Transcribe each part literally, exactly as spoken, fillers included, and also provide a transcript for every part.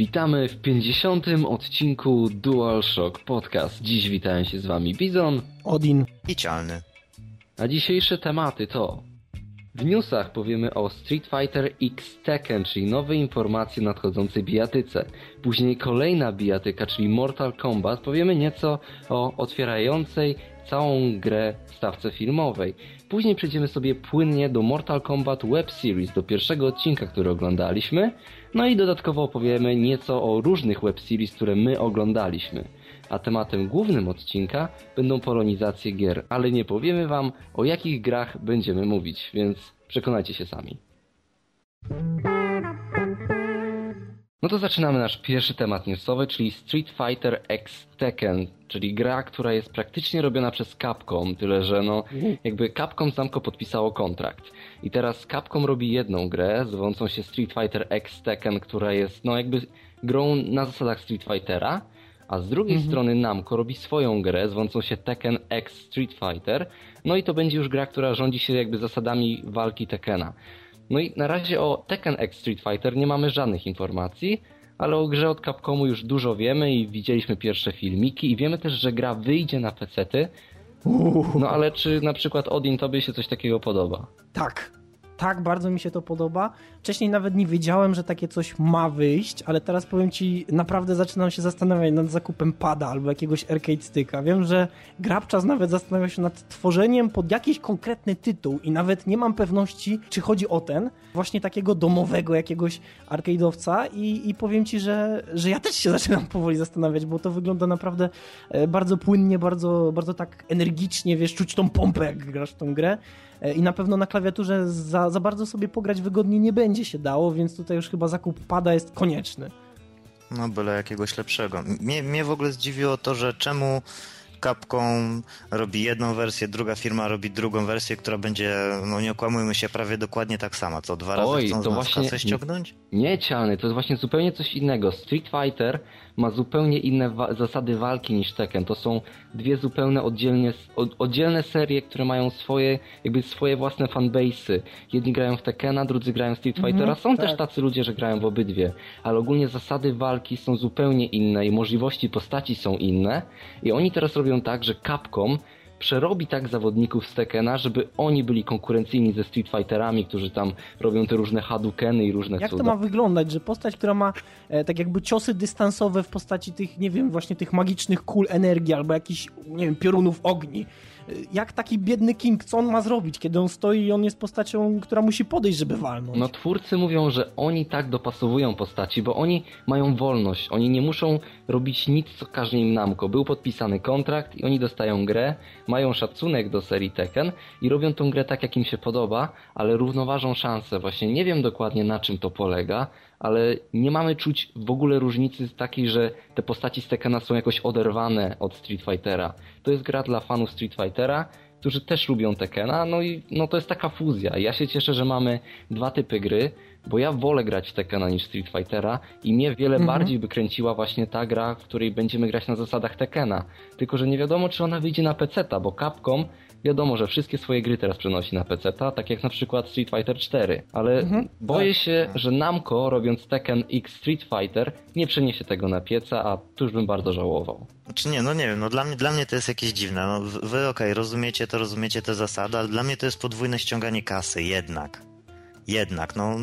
Witamy w pięćdziesiątym odcinku DualShock Podcast. Dziś witają się z wami Bizon, Odin i Cialny. A dzisiejsze tematy to: w newsach powiemy o Street Fighter X Tekken, czyli nowej informacji o nadchodzącej bijatyce. Później kolejna bijatyka, czyli Mortal Kombat. Powiemy nieco o otwierającej całą grę stawce filmowej. Później przejdziemy sobie płynnie do Mortal Kombat Web Series, do pierwszego odcinka, który oglądaliśmy. No i dodatkowo opowiemy nieco o różnych Web Series, które my oglądaliśmy. A tematem głównym odcinka będą polonizacje gier, ale nie powiemy wam, o jakich grach będziemy mówić, więc przekonajcie się sami. No to zaczynamy nasz pierwszy temat newsowy, czyli Street Fighter X Tekken, czyli gra, która jest praktycznie robiona przez Capcom, tyle że no jakby Capcom z Namco podpisało kontrakt. I teraz Capcom robi jedną grę, zwającą się Street Fighter X Tekken, która jest no jakby grą na zasadach Street Fightera, a z drugiej mhm. strony Namco robi swoją grę, zwającą się Tekken X Street Fighter, no i to będzie już gra, która rządzi się jakby zasadami walki Tekkena. No i na razie o Tekken X Street Fighter nie mamy żadnych informacji, ale o grze od Capcomu już dużo wiemy i widzieliśmy pierwsze filmiki i wiemy też, że gra wyjdzie na pecety. No ale czy na przykład Odin, tobie się coś takiego podoba? Tak. Tak, bardzo mi się to podoba. Wcześniej nawet nie wiedziałem, że takie coś ma wyjść, ale teraz powiem ci, naprawdę zaczynam się zastanawiać nad zakupem pada albo jakiegoś arcade sticka. Wiem, że Grabczas nawet zastanawia się nad tworzeniem pod jakiś konkretny tytuł i nawet nie mam pewności, czy chodzi o ten, właśnie takiego domowego jakiegoś arcade'owca i, i powiem ci, że, że ja też się zaczynam powoli zastanawiać, bo to wygląda naprawdę bardzo płynnie, bardzo, bardzo tak energicznie, wiesz, czuć tą pompę, jak grasz w tą grę. I na pewno na klawiaturze za, za bardzo sobie pograć wygodnie nie będzie się dało, więc tutaj już chyba zakup pada jest konieczny. No byle jakiegoś lepszego. Mnie, mnie w ogóle zdziwiło to, że czemu Capcom robi jedną wersję, druga firma robi drugą wersję, która będzie, no nie okłamujmy się, prawie dokładnie tak sama. Co, dwa razy Oj, chcą to z nas właśnie kasę ściągnąć? Nie, Cialny, to jest właśnie zupełnie coś innego. Street Fighter ma zupełnie inne wa- zasady walki niż Tekken. To są dwie zupełnie oddzielnie, od, oddzielne serie, które mają swoje, jakby swoje własne fanbase'y. Jedni grają w Tekkena, drudzy grają w Street Fightera. Są tak. też tacy ludzie, że grają w obydwie. Ale ogólnie zasady walki są zupełnie inne i możliwości postaci są inne. I oni teraz robią tak, że Capcom przerobi tak zawodników z Tekkena, żeby oni byli konkurencyjni ze Street Fighterami, którzy tam robią te różne Hadoukeny i różne Jak cuda. to ma wyglądać, że postać, która ma e, tak jakby ciosy dystansowe w postaci tych, nie wiem, właśnie tych magicznych kul energii albo jakichś, nie wiem, piorunów ogni. Jak taki biedny King, co on ma zrobić, kiedy on stoi i on jest postacią, która musi podejść, żeby walnąć? No twórcy mówią, że oni tak dopasowują postaci, bo oni mają wolność. Oni nie muszą robić nic, co każe im Namco. Był podpisany kontrakt i oni dostają grę, mają szacunek do serii Tekken i robią tą grę tak, jak im się podoba, ale równoważą szanse. Właśnie nie wiem dokładnie, na czym to polega, ale nie mamy czuć w ogóle różnicy takiej, że te postaci z Tekkena są jakoś oderwane od Street Fightera. To jest gra dla fanów Street Fightera, którzy też lubią Tekkena, no i no to jest taka fuzja. Ja się cieszę, że mamy dwa typy gry, bo ja wolę grać w Tekkena niż Street Fightera i mnie wiele mhm. bardziej by kręciła właśnie ta gra, w której będziemy grać na zasadach Tekkena. Tylko że nie wiadomo, czy ona wyjdzie na peceta, bo Capcom wiadomo, że wszystkie swoje gry teraz przenosi na peceta, tak jak na przykład Street Fighter cztery. Ale mhm. boję się, że Namco, robiąc Tekken X Street Fighter, nie przeniesie tego na pieca, a tu już bym bardzo żałował. Znaczy nie, no nie wiem, no dla mnie, dla mnie to jest jakieś dziwne. No wy okej, okay, rozumiecie to, rozumiecie te zasady, ale dla mnie to jest podwójne ściąganie kasy, jednak. Jednak, no...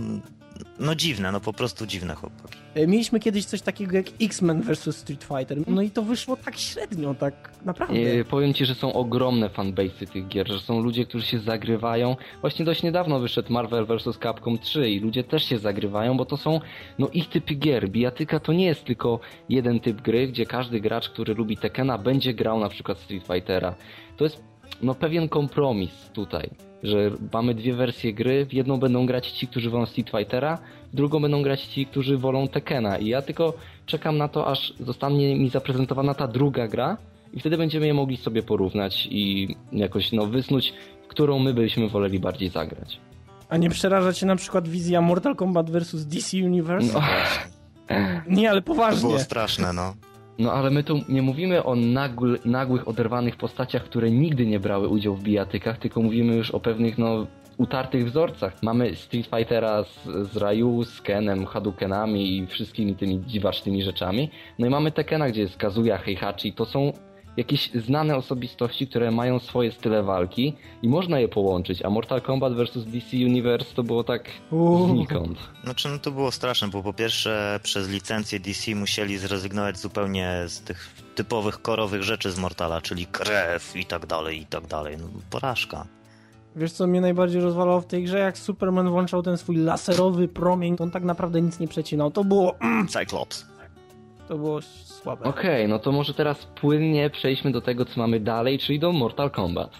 No dziwne, no po prostu dziwne, chłopaki. Mieliśmy kiedyś coś takiego jak X-Men versus Street Fighter, no i to wyszło tak średnio, tak naprawdę. E, powiem ci, że są ogromne fanbase'y tych gier, że są ludzie, którzy się zagrywają. Właśnie dość niedawno wyszedł Marvel versus Capcom trzy i ludzie też się zagrywają, bo to są no ich typy gier. Bijatyka to nie jest tylko jeden typ gry, gdzie każdy gracz, który lubi Tekkena, będzie grał na przykład Street Fightera. To jest no pewien kompromis tutaj, że mamy dwie wersje gry, w jedną będą grać ci, którzy wolą Street Fightera, w drugą będą grać ci, którzy wolą Tekkena i ja tylko czekam na to, aż zostanie mi zaprezentowana ta druga gra i wtedy będziemy je mogli sobie porównać i jakoś no wysnuć, w którą my byśmy woleli bardziej zagrać. A nie przeraża cię na przykład wizja Mortal Kombat versus D C Universe? No. Nie, ale poważnie. To było straszne, no. No ale my tu nie mówimy o nagły, nagłych, oderwanych postaciach, które nigdy nie brały udziału w bijatykach, tylko mówimy już o pewnych no utartych wzorcach. Mamy Street Fightera z, z Ryu, z Kenem, Hadoukenami i wszystkimi tymi dziwacznymi rzeczami. No i mamy Tekena, gdzie jest Kazuya, Heihachi. To są jakieś znane osobistości, które mają swoje style walki i można je połączyć, a Mortal Kombat versus D C Universe to było tak znikąd. Znaczy no to było straszne, bo po pierwsze przez licencję D C musieli zrezygnować zupełnie z tych typowych korowych rzeczy z Mortala, czyli krew i tak dalej, i tak dalej. No porażka. Wiesz co mnie najbardziej rozwalało w tej grze? Jak Superman włączał ten swój laserowy promień, to on tak naprawdę nic nie przecinał. To było... Cyclops. To było słabe. Okej, okay, no to może teraz płynnie przejdźmy do tego, co mamy dalej, czyli do Mortal Kombat.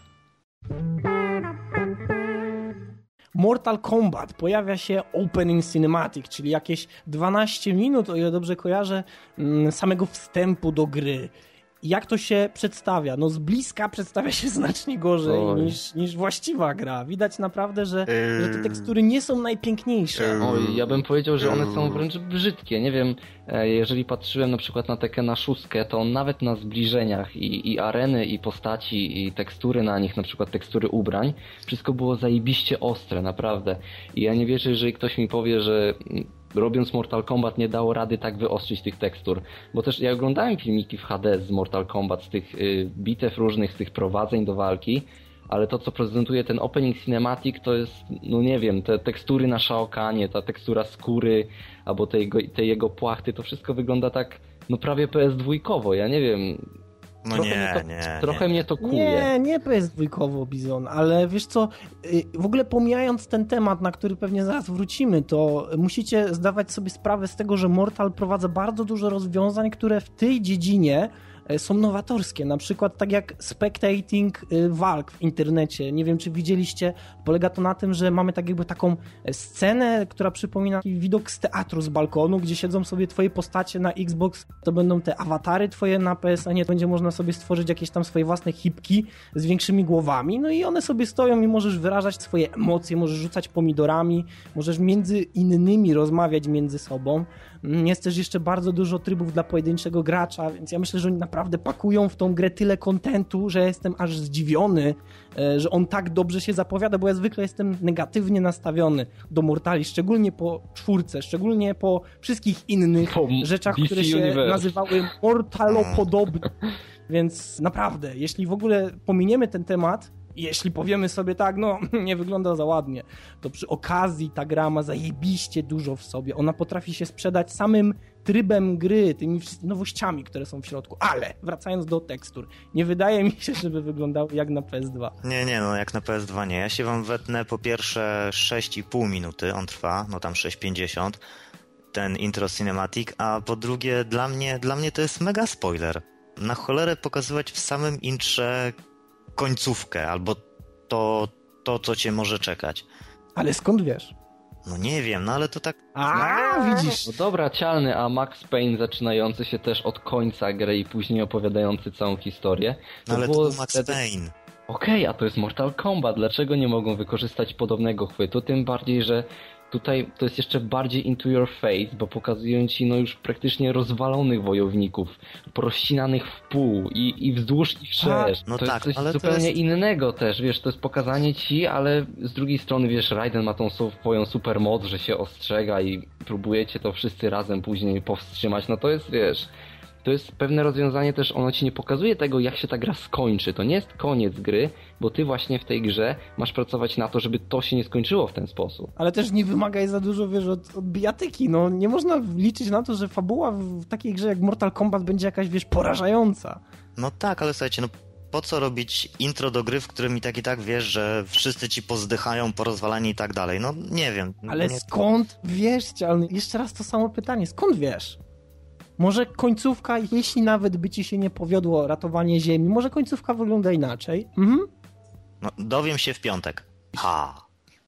Mortal Kombat pojawia się Opening Cinematic, czyli jakieś dwanaście minut, o ile dobrze kojarzę, samego wstępu do gry. Jak to się przedstawia? No z bliska przedstawia się znacznie gorzej niż, niż właściwa gra. Widać naprawdę, że, yy... że te tekstury nie są najpiękniejsze. Yy... Oj, ja bym powiedział, że one są wręcz brzydkie. Nie wiem, jeżeli patrzyłem na przykład na Tekena szóstkę, to nawet na zbliżeniach i, i areny, i postaci, i tekstury na nich, na przykład tekstury ubrań, wszystko było zajebiście ostre, naprawdę. I ja nie wierzę, jeżeli ktoś mi powie, że robiąc Mortal Kombat nie dało rady tak wyostrzyć tych tekstur, bo też ja oglądałem filmiki w H D z Mortal Kombat, z tych y, bitew różnych, z tych prowadzeń do walki, ale to co prezentuje ten Opening Cinematic to jest, no nie wiem, te tekstury na Shao Kahnie, ta tekstura skóry, albo tej jego, tej jego płachty, to wszystko wygląda tak, no prawie P S dwójkowo, ja nie wiem. No trochę nie, mnie to, nie, trochę nie. mnie to kuje. Nie, nie P S dwójkowo, Bizon, ale wiesz co, w ogóle pomijając ten temat, na który pewnie zaraz wrócimy, to musicie zdawać sobie sprawę z tego, że Mortal prowadza bardzo dużo rozwiązań, które w tej dziedzinie są nowatorskie, na przykład tak jak spectating walk w internecie. Nie wiem, czy widzieliście, polega to na tym, że mamy tak jakby taką scenę, która przypomina widok z teatru, z balkonu, gdzie siedzą sobie twoje postacie na Xbox, to będą te awatary twoje na P S, a nie, to będzie można sobie stworzyć jakieś tam swoje własne hipki z większymi głowami, no i one sobie stoją i możesz wyrażać swoje emocje, możesz rzucać pomidorami, możesz między innymi rozmawiać między sobą. Jest też jeszcze bardzo dużo trybów dla pojedynczego gracza, więc ja myślę, że oni naprawdę pakują w tą grę tyle kontentu, że jestem aż zdziwiony, że on tak dobrze się zapowiada, bo ja zwykle jestem negatywnie nastawiony do Mortali, szczególnie po czwórce, szczególnie po wszystkich innych po rzeczach, D C które się Universe. nazywały Mortalopodobne. Więc naprawdę, jeśli w ogóle pominiemy ten temat, jeśli powiemy sobie tak, no nie wygląda za ładnie, to przy okazji ta gra ma zajebiście dużo w sobie. Ona potrafi się sprzedać samym trybem gry, tymi nowościami, które są w środku. Ale wracając do tekstur, nie wydaje mi się, żeby wyglądały jak na P S dwa. Nie, nie, no jak na P S dwa nie. Ja się wam wetnę po pierwsze sześć i pół minuty, on trwa, no tam sześć pięćdziesiąt, ten intro cinematic, a po drugie dla mnie, dla mnie to jest mega spoiler. Na cholerę pokazywać w samym intrze końcówkę, albo to, to, co cię może czekać. Ale skąd wiesz? No nie wiem, no ale to tak... A, widzisz. No dobra, cialny, a Max Payne zaczynający się też od końca gry i później opowiadający całą historię. No ale to był Max wtedy... Payne. Okej, okay, a to jest Mortal Kombat. Dlaczego nie mogą wykorzystać podobnego chwytu? Tym bardziej, że tutaj to jest jeszcze bardziej into your face, bo pokazują ci no już praktycznie rozwalonych wojowników, porozcinanych w pół i, i wzdłuż i wszerz. No to tak, jest coś ale zupełnie to jest... innego też, wiesz, to jest pokazanie ci, ale z drugiej strony, wiesz, Raiden ma tą swoją super moc, że się ostrzega i próbujecie to wszyscy razem później powstrzymać, no to jest, wiesz... To jest pewne rozwiązanie też, ono ci nie pokazuje tego, jak się ta gra skończy. To nie jest koniec gry, bo ty właśnie w tej grze masz pracować na to, żeby to się nie skończyło w ten sposób. Ale też nie wymagaj za dużo, wiesz, od, od bijatyki. No nie można liczyć na to, że fabuła w takiej grze jak Mortal Kombat będzie jakaś, wiesz, porażająca. No tak, ale słuchajcie, no po co robić intro do gry, w którym i tak i tak wiesz, że wszyscy ci pozdychają, porozwalani i tak dalej. No nie wiem. Ale nie... skąd wiesz, Cialny? Jeszcze raz to samo pytanie. Skąd wiesz? Może końcówka, jeśli nawet by ci się nie powiodło ratowanie Ziemi, może końcówka wygląda inaczej? Mhm. No, dowiem się w piątek. Ha!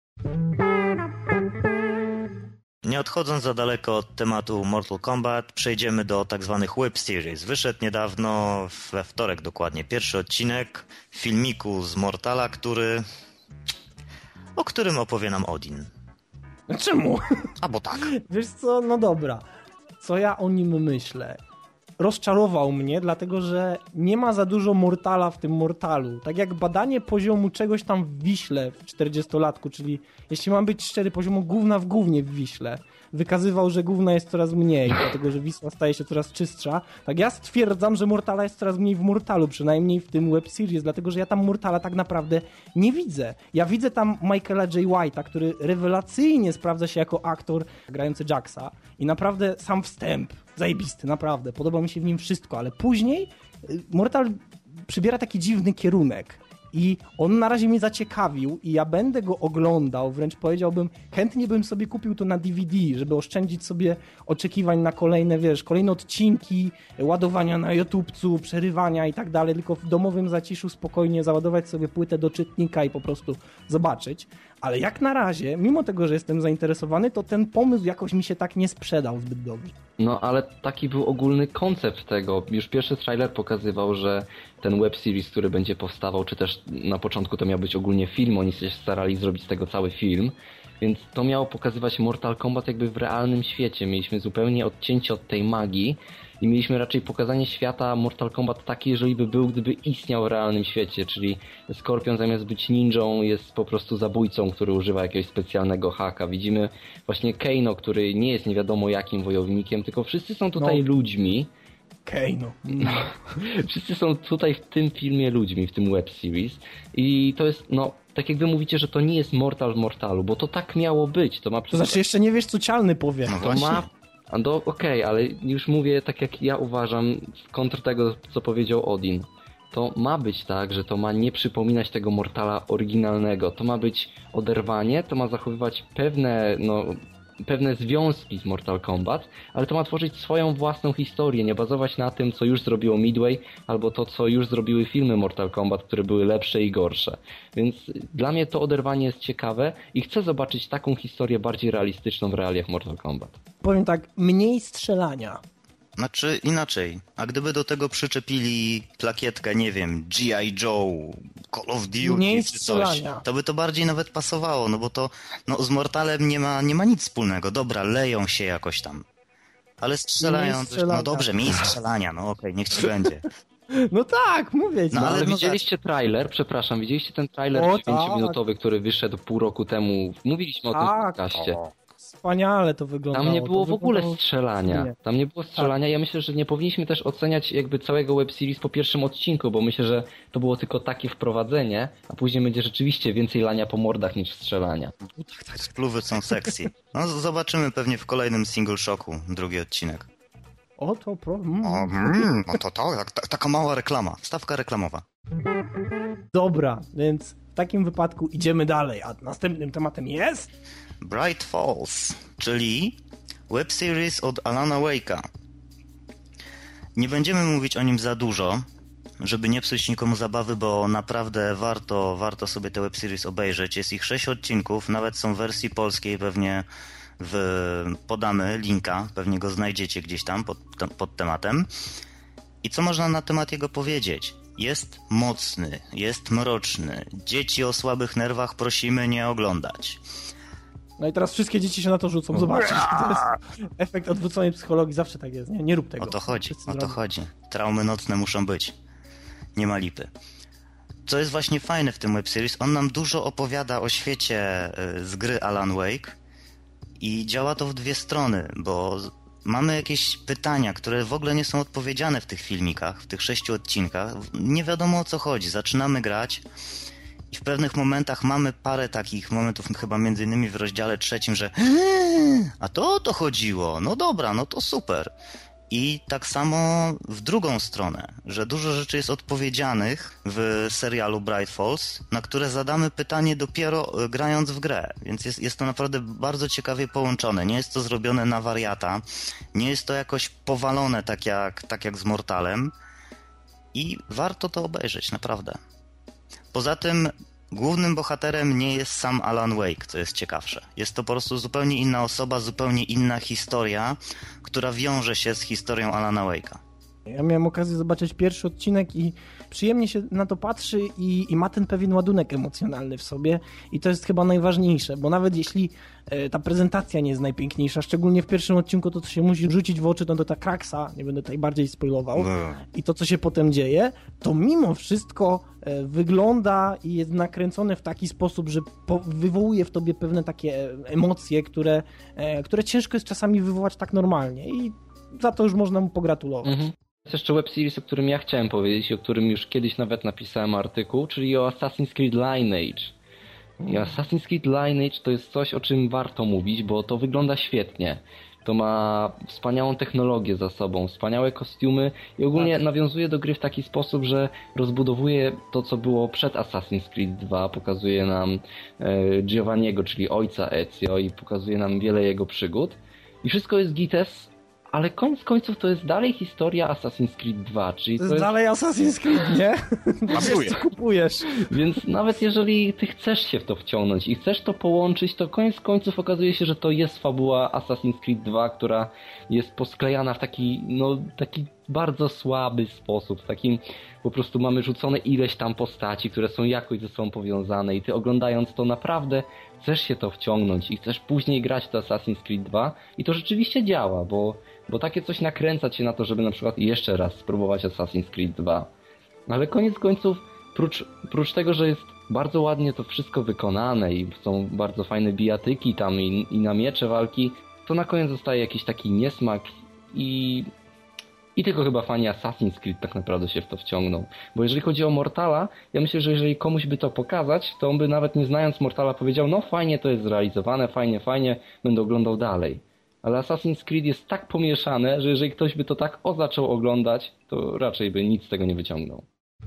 Nie odchodząc za daleko od tematu Mortal Kombat, przejdziemy do tak zwanych Web Series. Wyszedł niedawno, we wtorek dokładnie, pierwszy odcinek filmiku z Mortala, który... o którym opowie nam Odin. Czemu? A bo tak. Wiesz co, no dobra. Co ja o nim myślę? rozczarował mnie, dlatego że nie ma za dużo Mortala w tym Mortalu. Tak jak badanie poziomu czegoś tam w Wiśle w czterdziestolatku, czyli jeśli mam być szczery, poziomu gówna w gównie w Wiśle, wykazywał, że gówna jest coraz mniej, dlatego że Wisła staje się coraz czystsza. Tak ja stwierdzam, że Mortala jest coraz mniej w Mortalu, przynajmniej w tym web series, dlatego że ja tam Mortala tak naprawdę nie widzę. Ja widzę tam Michaela J. White'a, który rewelacyjnie sprawdza się jako aktor grający Jaxa i naprawdę sam wstęp, zajebisty, naprawdę. Podoba mi się w nim wszystko, ale później Mortal przybiera taki dziwny kierunek. I on na razie mnie zaciekawił i ja będę go oglądał, wręcz powiedziałbym, chętnie bym sobie kupił to na D V D, żeby oszczędzić sobie oczekiwań na kolejne, wiesz, kolejne odcinki, ładowania na YouTubecu, przerywania i tak dalej, tylko w domowym zaciszu spokojnie załadować sobie płytę do czytnika i po prostu zobaczyć. Ale jak na razie, mimo tego, że jestem zainteresowany, to ten pomysł jakoś mi się tak nie sprzedał zbyt dobrze. No ale taki był ogólny koncept tego. Już pierwszy trailer pokazywał, że ten web series, który będzie powstawał, czy też na początku to miał być ogólnie film, oni się starali zrobić z tego cały film, więc to miało pokazywać Mortal Kombat jakby w realnym świecie. Mieliśmy zupełnie odcięcie od tej magii i mieliśmy raczej pokazanie świata Mortal Kombat taki, jeżeli by był, gdyby istniał w realnym świecie, czyli Skorpion zamiast być ninją jest po prostu zabójcą, który używa jakiegoś specjalnego haka. Widzimy właśnie Kano, który nie jest nie wiadomo jakim wojownikiem, tylko wszyscy są tutaj no. ludźmi. Kano. No. Wszyscy są tutaj w tym filmie ludźmi, w tym web series i to jest, no, tak jak wy mówicie, że to nie jest Mortal w Mortalu, bo to tak miało być. To ma to znaczy jeszcze nie wiesz, co Cialny powie. No to ma... No okej, okay, ale już mówię tak jak ja uważam, w kontr tego, co powiedział Odin. To ma być tak, że to ma nie przypominać tego Mortala oryginalnego. To ma być oderwanie, to ma zachowywać pewne, no... pewne związki z Mortal Kombat, ale to ma tworzyć swoją własną historię, nie bazować na tym, co już zrobiło Midway, albo to, co już zrobiły filmy Mortal Kombat, które były lepsze i gorsze. Więc dla mnie to oderwanie jest ciekawe i chcę zobaczyć taką historię bardziej realistyczną w realiach Mortal Kombat. Powiem tak, mniej strzelania. Znaczy inaczej, a gdyby do tego przyczepili plakietkę, nie wiem, G I Joe, Call of Duty czy coś, to by to bardziej nawet pasowało, no bo to no, z Mortalem nie ma, nie ma nic wspólnego. Dobra, leją się jakoś tam, ale strzelają, no dobrze, mniej strzelania, no okej, okay, niech ci będzie. No tak, mówię ci. No ale no widzieliście tak. trailer, przepraszam, widzieliście ten trailer dziewięciominutowy, tak. który wyszedł pół roku temu, mówiliśmy tak. o tym w podcaście. Wspaniale to wyglądało. Tam nie było to w ogóle wyglądało... strzelania. Nie. Tam nie było strzelania. Ja myślę, że nie powinniśmy też oceniać jakby całego web series po pierwszym odcinku, bo myślę, że to było tylko takie wprowadzenie, a później będzie rzeczywiście więcej lania po mordach niż strzelania. Spluwy są sexy. No zobaczymy pewnie w kolejnym Single Shocku drugi odcinek. O to pro... Mm. O, mm, no to to, tak, taka mała reklama, wstawka reklamowa. Dobra, więc w takim wypadku idziemy dalej, a następnym tematem jest... Bright Falls, czyli web series od Alana Wake'a. Nie będziemy mówić o nim za dużo, żeby nie psuć nikomu zabawy, bo naprawdę warto, warto sobie te web series obejrzeć. Jest ich sześć odcinków, nawet są w wersji polskiej, pewnie w, podamy linka, pewnie go znajdziecie gdzieś tam pod, pod tematem. I co można na temat jego powiedzieć? Jest mocny, jest mroczny. Dzieci o słabych nerwach prosimy nie oglądać. No i teraz wszystkie dzieci się na to rzucą. Zobaczysz, to jest efekt odwróconej psychologii. Zawsze tak jest, nie? Nie rób tego. O to chodzi, o to chodzi. Traumy nocne muszą być. Nie ma lipy. Co jest właśnie fajne w tym web series, on nam dużo opowiada o świecie z gry Alan Wake i działa to w dwie strony, bo mamy jakieś pytania, które w ogóle nie są odpowiedziane w tych filmikach, w tych sześciu odcinkach. Nie wiadomo o co chodzi. Zaczynamy grać i w pewnych momentach mamy parę takich momentów, chyba między innymi w rozdziale trzecim, że a to o to chodziło, no dobra, no to super. I tak samo w drugą stronę, że dużo rzeczy jest odpowiedzianych w serialu Bright Falls, na które zadamy pytanie dopiero grając w grę. Więc jest, jest to naprawdę bardzo ciekawie połączone. Nie jest to zrobione na wariata, nie jest to jakoś powalone tak jak, tak jak z Mortalem i warto to obejrzeć, naprawdę. Poza tym głównym bohaterem nie jest sam Alan Wake, co jest ciekawsze. Jest to po prostu zupełnie inna osoba, zupełnie inna historia, która wiąże się z historią Alana Wake'a. Ja miałem okazję zobaczyć pierwszy odcinek i przyjemnie się na to patrzy i, i ma ten pewien ładunek emocjonalny w sobie i to jest chyba najważniejsze, bo nawet jeśli e, ta prezentacja nie jest najpiękniejsza, szczególnie w pierwszym odcinku to, co się musi rzucić w oczy, to, to ta kraksa, nie będę tutaj bardziej spoilował, no. I to, co się potem dzieje, to mimo wszystko e, wygląda i jest nakręcone w taki sposób, że po, wywołuje w tobie pewne takie emocje, które, e, które ciężko jest czasami wywołać tak normalnie i za to już można mu pogratulować. Mhm. Jest jeszcze web series, o którym ja chciałem powiedzieć, o którym już kiedyś nawet napisałem artykuł, czyli o Assassin's Creed Lineage. I Assassin's Creed Lineage to jest coś, o czym warto mówić, bo to wygląda świetnie. To ma wspaniałą technologię za sobą, wspaniałe kostiumy i ogólnie tak. nawiązuje do gry w taki sposób, że rozbudowuje to, co było przed Assassin's Creed dwa, pokazuje nam e, Giovanniego, czyli ojca Ezio i pokazuje nam wiele jego przygód. I wszystko jest gites, ale koniec końców to jest dalej historia Assassin's Creed dwa, czyli to jest... To jest dalej Assassin's Creed, nie? Pasuje. Kupujesz. Więc nawet jeżeli ty chcesz się w to wciągnąć i chcesz to połączyć, to koniec końców okazuje się, że to jest fabuła Assassin's Creed dwa, która jest posklejana w taki, no, taki bardzo słaby sposób. W takim po prostu mamy rzucone ileś tam postaci, które są jakoś ze sobą powiązane i ty oglądając to naprawdę chcesz się to wciągnąć i chcesz później grać to Assassin's Creed dwa i to rzeczywiście działa, bo, bo takie coś nakręca cię na to, żeby na przykład jeszcze raz spróbować Assassin's Creed dwa. Ale koniec końców, prócz, prócz tego, że jest bardzo ładnie to wszystko wykonane i są bardzo fajne bijatyki tam i, i na miecze walki, to na koniec zostaje jakiś taki niesmak i... I tylko chyba fani Assassin's Creed tak naprawdę się w to wciągną. Bo jeżeli chodzi o Mortala, ja myślę, że jeżeli komuś by to pokazać, to on by nawet nie znając Mortala powiedział, no fajnie to jest zrealizowane, fajnie, fajnie, będę oglądał dalej. Ale Assassin's Creed jest tak pomieszane, że jeżeli ktoś by to tak o zaczął oglądać, to raczej by nic z tego nie wyciągnął.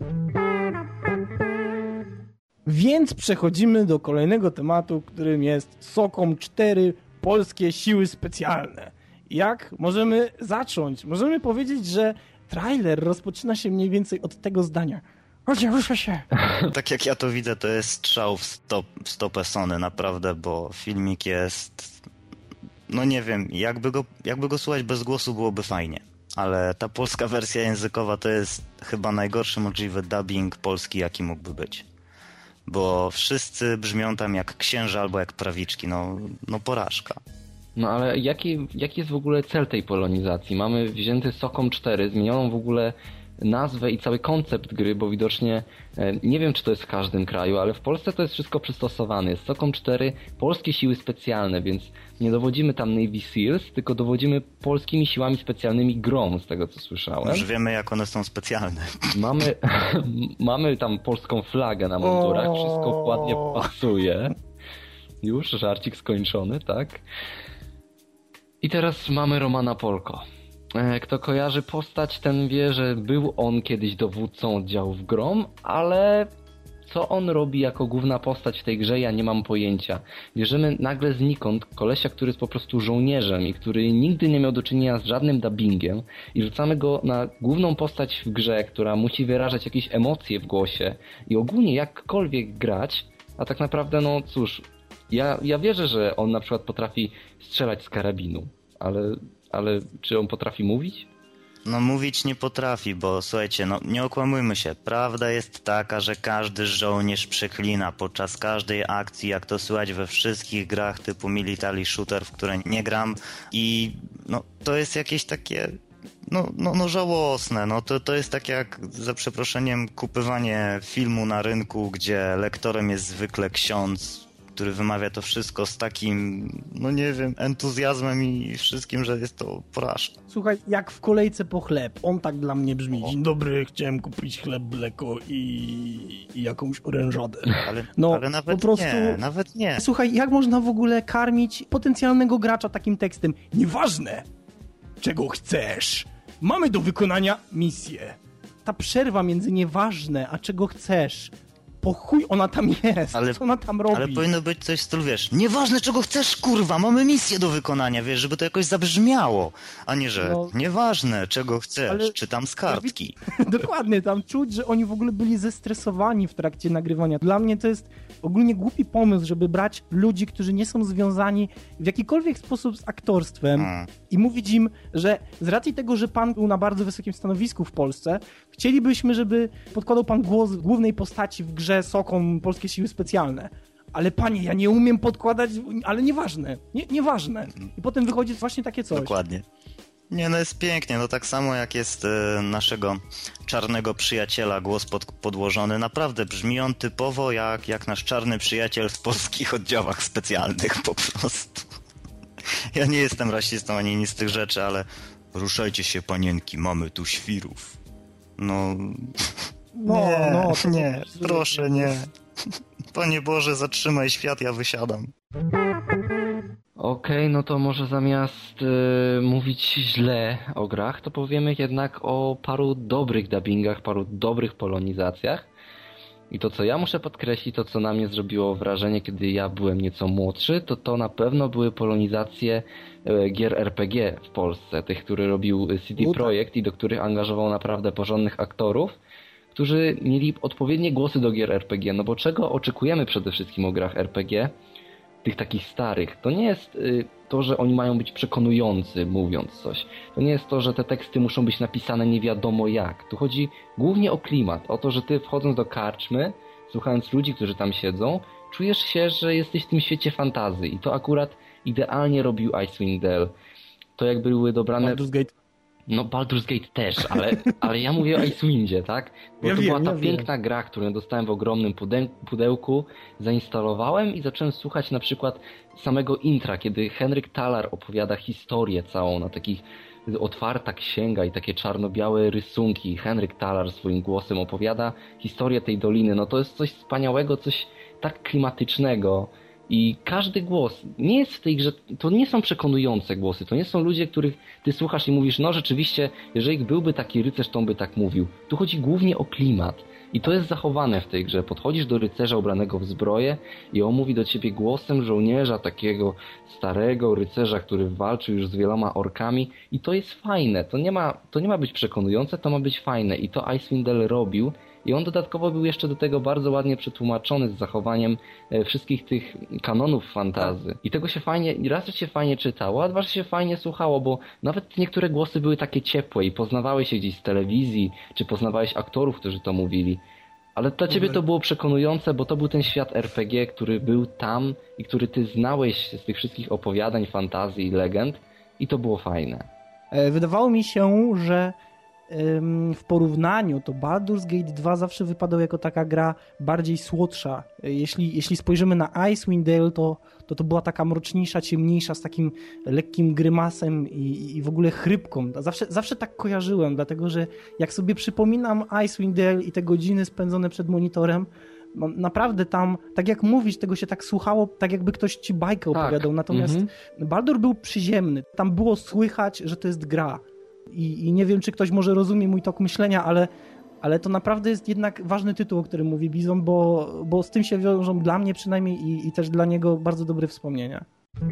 Więc przechodzimy do kolejnego tematu, którym jest SOCOM cztery Polskie Siły Specjalne. Jak możemy zacząć? Możemy powiedzieć, że trailer rozpoczyna się mniej więcej od tego zdania. Chodźcie, ruszę się! Tak jak ja to widzę, to jest strzał w, stop, w stopę Sony, naprawdę, bo filmik jest... No nie wiem, jakby go, jakby go słuchać bez głosu byłoby fajnie. Ale ta polska wersja językowa to jest chyba najgorszy możliwy dubbing polski, jaki mógłby być. Bo wszyscy brzmią tam jak księża albo jak prawiczki, no, no porażka. No ale jaki, jaki jest w ogóle cel tej polonizacji? Mamy wzięty SOCOM cztery, zmienioną w ogóle nazwę i cały koncept gry, bo widocznie, nie wiem czy to jest w każdym kraju, ale w Polsce to jest wszystko przystosowane. Jest SOCOM cztery, Polskie Siły Specjalne, więc nie dowodzimy tam Navy Seals, tylko dowodzimy polskimi siłami specjalnymi GROM, z tego co słyszałem. Już wiemy jak one są specjalne. Mamy, mamy tam polską flagę na mundurach, wszystko ładnie pasuje. Już, żarcik skończony, tak? I teraz mamy Romana Polko. Kto kojarzy postać, ten wie, że był on kiedyś dowódcą oddziałów GROM, ale co on robi jako główna postać w tej grze, ja nie mam pojęcia. Bierzemy nagle znikąd kolesia, który jest po prostu żołnierzem i który nigdy nie miał do czynienia z żadnym dubbingiem i rzucamy go na główną postać w grze, która musi wyrażać jakieś emocje w głosie i ogólnie jakkolwiek grać, a tak naprawdę, no cóż, ja, ja wierzę, że on na przykład potrafi strzelać z karabinu, ale, ale czy on potrafi mówić? No mówić nie potrafi, bo słuchajcie, no nie okłamujmy się, prawda jest taka, że każdy żołnierz przeklina podczas każdej akcji, jak to słychać we wszystkich grach typu military shooter, w które nie gram i no to jest jakieś takie... No, no, no żałosne, no to, to jest tak jak, za przeproszeniem, kupywanie filmu na rynku, gdzie lektorem jest zwykle ksiądz, który wymawia to wszystko z takim, no nie wiem, entuzjazmem i wszystkim, że jest to porażka. Słuchaj, jak w kolejce po chleb, on tak dla mnie brzmi. Dzień dobry, chciałem kupić chleb, mleko i, i jakąś orężadę. Ale, no, ale nawet po prostu... nie, nawet nie. Słuchaj, jak można w ogóle karmić potencjalnego gracza takim tekstem? Nieważne, czego chcesz. Mamy do wykonania misję. Ta przerwa między nieważne, a czego chcesz, po chuj ona tam jest, ale, co ona tam robi? Ale powinno być coś w stylu, wiesz, nieważne czego chcesz, kurwa, mamy misję do wykonania, wiesz, żeby to jakoś zabrzmiało, a nie, że no, nieważne czego chcesz, ale... czytam z kartki. Dokładnie, tam czuć, że oni w ogóle byli zestresowani w trakcie nagrywania. Dla mnie to jest ogólnie głupi pomysł, żeby brać ludzi, którzy nie są związani w jakikolwiek sposób z aktorstwem hmm. i mówić im, że z racji tego, że pan był na bardzo wysokim stanowisku w Polsce, chcielibyśmy, żeby podkładał pan głos głównej postaci w grze Sokon Polskie Siły Specjalne. Ale panie, ja nie umiem podkładać, ale nieważne, nie, nieważne. I potem wychodzi właśnie takie coś. Dokładnie. Nie, no jest pięknie, no tak samo jak jest e, naszego czarnego przyjaciela głos pod, podłożony, naprawdę brzmi on typowo jak, jak nasz czarny przyjaciel w polskich oddziałach specjalnych po prostu. Ja nie jestem rasistą ani nic z tych rzeczy, ale ruszajcie się panienki, mamy tu świrów. No... No, nie, no, nie, proszę, nie. Panie Boże, zatrzymaj świat, ja wysiadam. Okej, okay, no to może zamiast y, mówić źle o grach, to powiemy jednak o paru dobrych dubbingach, paru dobrych polonizacjach. I to, co ja muszę podkreślić, to co na mnie zrobiło wrażenie, kiedy ja byłem nieco młodszy, to to na pewno były polonizacje y, gier er pe gie w Polsce, tych, które robił C D Projekt i do których angażował naprawdę porządnych aktorów, którzy mieli odpowiednie głosy do gier er pe gie. No bo czego oczekujemy przede wszystkim o grach er pe gie? Tych takich starych. To nie jest y, to, że oni mają być przekonujący, mówiąc coś. To nie jest to, że te teksty muszą być napisane nie wiadomo jak. Tu chodzi głównie o klimat. O to, że ty wchodząc do karczmy, słuchając ludzi, którzy tam siedzą, czujesz się, że jesteś w tym świecie fantazji. I to akurat idealnie robił Icewind Dale. To jak były dobrane... Baldur's Gate. No Baldur's Gate też, ale, ale ja mówię o Icewindzie, tak? Bo ja to wiem, była ta ja piękna wiem. gra, którą dostałem w ogromnym pudełku, zainstalowałem i zacząłem słuchać na przykład samego intra, kiedy Henryk Talar opowiada historię całą na takich otwarta księga i takie czarno-białe rysunki. Henryk Talar swoim głosem opowiada historię tej doliny. No to jest coś wspaniałego, coś tak klimatycznego. I każdy głos nie jest w tej grze, to nie są przekonujące głosy, to nie są ludzie, których ty słuchasz i mówisz, no rzeczywiście, jeżeli byłby taki rycerz, to on by tak mówił. Tu chodzi głównie o klimat i to jest zachowane w tej grze. Podchodzisz do rycerza ubranego w zbroję i on mówi do ciebie głosem żołnierza, takiego starego rycerza, który walczył już z wieloma orkami i to jest fajne, to nie ma, to nie ma być przekonujące, to ma być fajne i to Icewind Dale robił. I on dodatkowo był jeszcze do tego bardzo ładnie przetłumaczony z zachowaniem e, wszystkich tych kanonów fantazy. I tego się fajnie, raz, że się fajnie czytało, a dwa, że się fajnie słuchało, bo nawet niektóre głosy były takie ciepłe i poznawałeś się gdzieś z telewizji, czy poznawałeś aktorów, którzy to mówili. Ale dla ciebie to było przekonujące, bo to był ten świat er pe gie, który był tam i który ty znałeś z tych wszystkich opowiadań, fantazji i legend i to było fajne. Wydawało mi się, że w porównaniu to Baldur's Gate dwa zawsze wypadał jako taka gra bardziej słodsza. Jeśli, jeśli spojrzymy na Icewind Dale, to, to to była taka mroczniejsza, ciemniejsza, z takim lekkim grymasem i, i w ogóle chrypką. Zawsze, zawsze tak kojarzyłem, dlatego że jak sobie przypominam Icewind Dale i te godziny spędzone przed monitorem, no naprawdę tam, tak jak mówisz, tego się tak słuchało, tak jakby ktoś ci bajkę opowiadał. Tak. Natomiast mhm. Baldur był przyziemny. Tam było słychać, że to jest gra. I, I nie wiem, czy ktoś może rozumie mój tok myślenia, ale, ale to naprawdę jest jednak ważny tytuł, o którym mówi Bizon, bo, bo z tym się wiążą dla mnie przynajmniej i, i też dla niego bardzo dobre wspomnienia.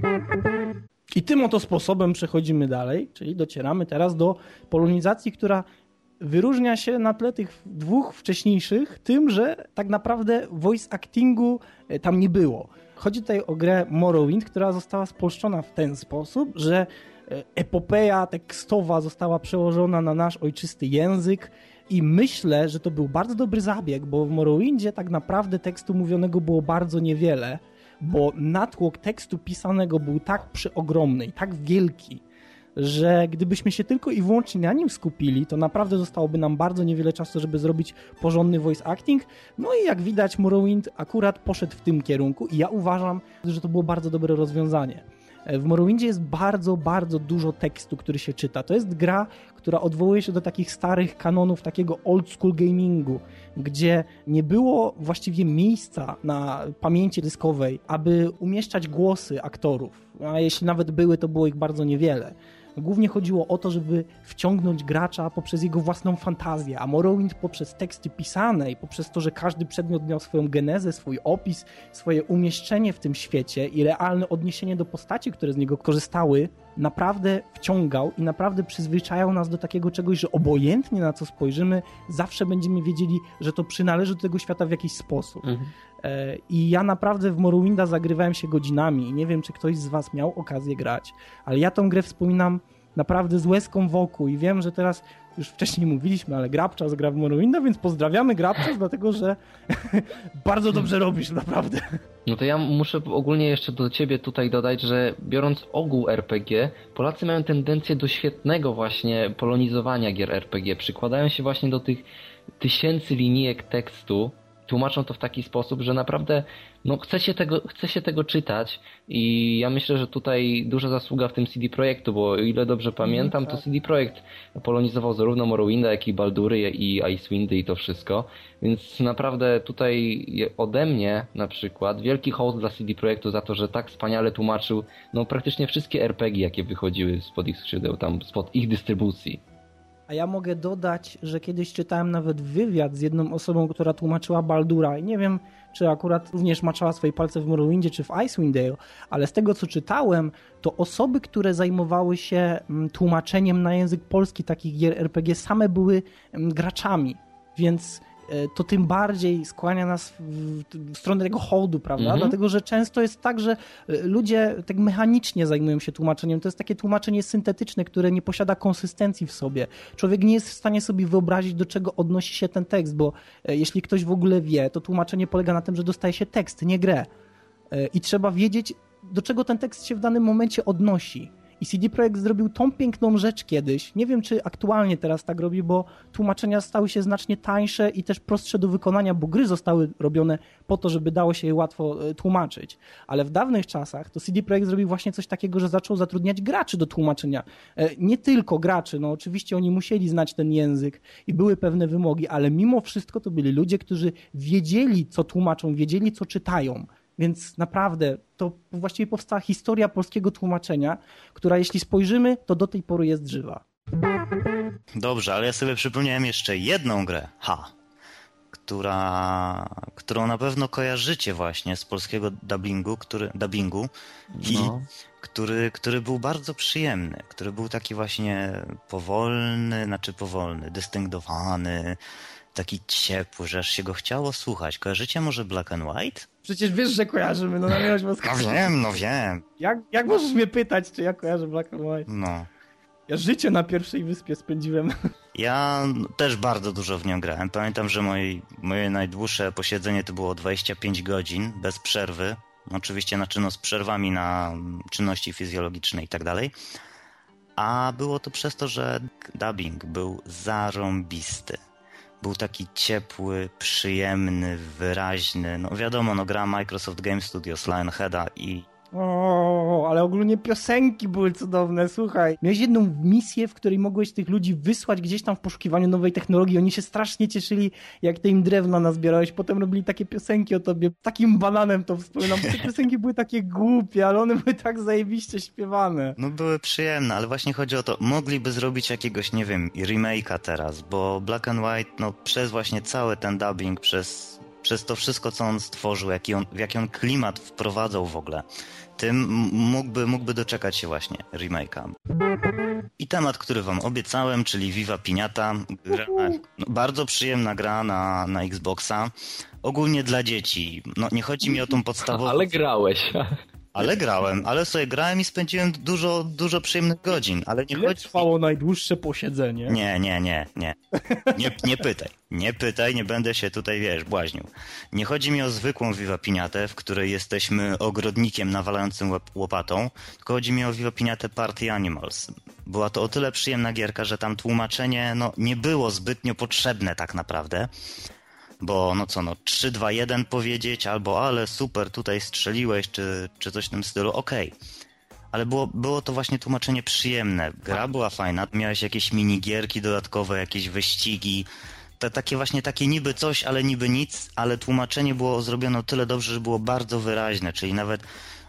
I tym oto sposobem przechodzimy dalej, czyli docieramy teraz do polonizacji, która wyróżnia się na tle tych dwóch wcześniejszych tym, że tak naprawdę voice actingu tam nie było. Chodzi tutaj o grę Morrowind, która została spolszczona w ten sposób, że epopeja tekstowa została przełożona na nasz ojczysty język i myślę, że to był bardzo dobry zabieg, bo w Morrowindzie tak naprawdę tekstu mówionego było bardzo niewiele, bo natłok tekstu pisanego był tak przeogromny i tak wielki, że gdybyśmy się tylko i wyłącznie na nim skupili, to naprawdę zostałoby nam bardzo niewiele czasu, żeby zrobić porządny voice acting. No i jak widać, Morrowind akurat poszedł w tym kierunku i ja uważam, że to było bardzo dobre rozwiązanie. W Morrowindzie jest bardzo, bardzo dużo tekstu, który się czyta. To jest gra, która odwołuje się do takich starych kanonów, takiego old school gamingu, gdzie nie było właściwie miejsca na pamięci dyskowej, aby umieszczać głosy aktorów. A jeśli nawet były, to było ich bardzo niewiele. Głównie chodziło o to, żeby wciągnąć gracza poprzez jego własną fantazję, a Morrowind poprzez teksty pisane i poprzez to, że każdy przedmiot miał swoją genezę, swój opis, swoje umieszczenie w tym świecie i realne odniesienie do postaci, które z niego korzystały, naprawdę wciągał i naprawdę przyzwyczajał nas do takiego czegoś, że obojętnie na co spojrzymy, zawsze będziemy wiedzieli, że to przynależy do tego świata w jakiś sposób. Mhm. I ja naprawdę w Morrowinda zagrywałem się godzinami i nie wiem, czy ktoś z was miał okazję grać, ale ja tą grę wspominam naprawdę z łezką wokół i wiem, że teraz już wcześniej mówiliśmy, ale Grabczas gra w Morrowinda, więc pozdrawiamy Grabczas, dlatego że bardzo dobrze robisz, naprawdę. No to ja muszę ogólnie jeszcze do ciebie tutaj dodać, że biorąc ogół er pe gie, Polacy mają tendencję do świetnego właśnie polonizowania gier er pe gie. Przykładają się właśnie do tych tysięcy linijek tekstu, tłumaczą to w taki sposób, że naprawdę no, chce się tego, chce się tego czytać i ja myślę, że tutaj duża zasługa w tym C D Projektu, bo o ile dobrze pamiętam, to C D Projekt polonizował zarówno Morrowinda, jak i Baldury i Icewindy i to wszystko, więc naprawdę tutaj ode mnie na przykład wielki hołd dla C D Projektu za to, że tak wspaniale tłumaczył no, praktycznie wszystkie er pe gie, jakie wychodziły spod ich skrzydeł, tam spod ich dystrybucji. A ja mogę dodać, że kiedyś czytałem nawet wywiad z jedną osobą, która tłumaczyła Baldura i nie wiem, czy akurat również maczała swoje palce w Morrowindzie czy w Icewind Dale, ale z tego, co czytałem, to osoby, które zajmowały się tłumaczeniem na język polski takich gier er pe gie, same były graczami, więc to tym bardziej skłania nas w, w stronę tego hołdu, prawda? Mhm. Dlatego, że często jest tak, że ludzie tak mechanicznie zajmują się tłumaczeniem. To jest takie tłumaczenie syntetyczne, które nie posiada konsystencji w sobie. Człowiek nie jest w stanie sobie wyobrazić, do czego odnosi się ten tekst, bo jeśli ktoś w ogóle wie, to tłumaczenie polega na tym, że dostaje się tekst, nie grę. I trzeba wiedzieć, do czego ten tekst się w danym momencie odnosi. I C D Projekt zrobił tą piękną rzecz kiedyś. Nie wiem, czy aktualnie teraz tak robi, bo tłumaczenia stały się znacznie tańsze i też prostsze do wykonania, bo gry zostały robione po to, żeby dało się je łatwo tłumaczyć. Ale w dawnych czasach to C D Projekt zrobił właśnie coś takiego, że zaczął zatrudniać graczy do tłumaczenia. Nie tylko graczy, no oczywiście oni musieli znać ten język i były pewne wymogi, ale mimo wszystko to byli ludzie, którzy wiedzieli, co tłumaczą, wiedzieli, co czytają. Więc naprawdę to właściwie powstała historia polskiego tłumaczenia, która jeśli spojrzymy, to do tej pory jest żywa. Dobrze, ale ja sobie przypomniałem jeszcze jedną grę, ha, która, którą na pewno kojarzycie właśnie z polskiego dubbingu, który, dubbingu i no. który, który był bardzo przyjemny, który był taki właśnie powolny, znaczy powolny, dystynktowany, taki ciepły, że aż się go chciało słuchać. Kojarzycie może Black and White? Przecież wiesz, że kojarzymy, no na miłość boską. No wiem, no wiem. Jak, jak możesz mnie pytać, czy ja kojarzę Black and White? No. Ja życie na pierwszej wyspie spędziłem. Ja też bardzo dużo w nią grałem. Pamiętam, że moje, moje najdłuższe posiedzenie to było dwadzieścia pięć godzin, bez przerwy. Oczywiście na czynno z przerwami na czynności fizjologiczne i tak dalej. A było to przez to, że dubbing był zarąbisty. Był taki ciepły, przyjemny, wyraźny. No wiadomo, no gra Microsoft Game Studios, Lionheada i... O, ale ogólnie piosenki były cudowne, słuchaj. Miałeś jedną misję, w której mogłeś tych ludzi wysłać gdzieś tam w poszukiwaniu nowej technologii. Oni się strasznie cieszyli, jak ty im drewna nazbierałeś. Potem robili takie piosenki o tobie. Takim bananem to wspominam. Te piosenki były takie głupie, ale one były tak zajebiście śpiewane. No były przyjemne, ale właśnie chodzi o to, mogliby zrobić jakiegoś, nie wiem, remake'a teraz, bo Black and White, no przez właśnie cały ten dubbing, przez... przez to wszystko, co on stworzył, jaki on, w jaki on klimat wprowadzał w ogóle, tym mógłby, mógłby doczekać się właśnie remake'a. I temat, który wam obiecałem, czyli Viva Pinata. Gra, no, bardzo przyjemna gra na, na Xboxa. Ogólnie dla dzieci. No nie chodzi mi o tą podstawową... Ale grałeś. Ale grałem, ale sobie grałem i spędziłem dużo, dużo przyjemnych godzin, ale nie Ile chodzi... trwało najdłuższe posiedzenie? Nie, nie, nie, nie. Nie, nie pytaj. Nie pytaj, nie będę się tutaj, wiesz, błaźnił. Nie chodzi mi o zwykłą Viva Pinatę, w której jesteśmy ogrodnikiem nawalającym łop- łopatą, tylko chodzi mi o Viva Pinatę Party Animals. Była to o tyle przyjemna gierka, że tam tłumaczenie, no, nie było zbytnio potrzebne tak naprawdę. Bo no co no, trzy, dwa, jeden powiedzieć, albo ale super, tutaj strzeliłeś, czy, czy coś w tym stylu, okej. Okay. Ale było, było to właśnie tłumaczenie przyjemne. Gra była fajna, miałeś jakieś minigierki dodatkowe, jakieś wyścigi, te, takie właśnie takie niby coś, ale niby nic, ale tłumaczenie było zrobione o tyle dobrze, że było bardzo wyraźne, czyli nawet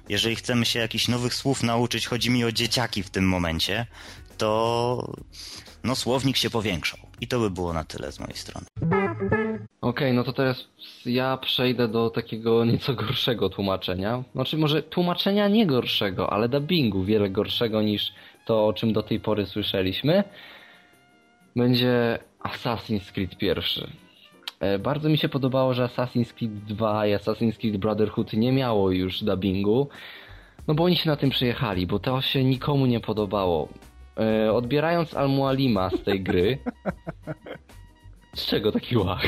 jeżeli chcemy się jakichś nowych słów nauczyć, chodzi mi o dzieciaki w tym momencie, to no słownik się powiększał. I to by było na tyle z mojej strony. Okej, okay, no to teraz ja przejdę do takiego nieco gorszego tłumaczenia. Znaczy może tłumaczenia nie gorszego, ale dubbingu wiele gorszego niż to, o czym do tej pory słyszeliśmy. Będzie Assassin's Creed pierwszy. Bardzo mi się podobało, że Assassin's Creed dwa i Assassin's Creed Brotherhood nie miało już dubbingu, no bo oni się na tym przejechali, bo to się nikomu nie podobało. Odbierając Al-Mualima z tej gry... Z czego taki łach?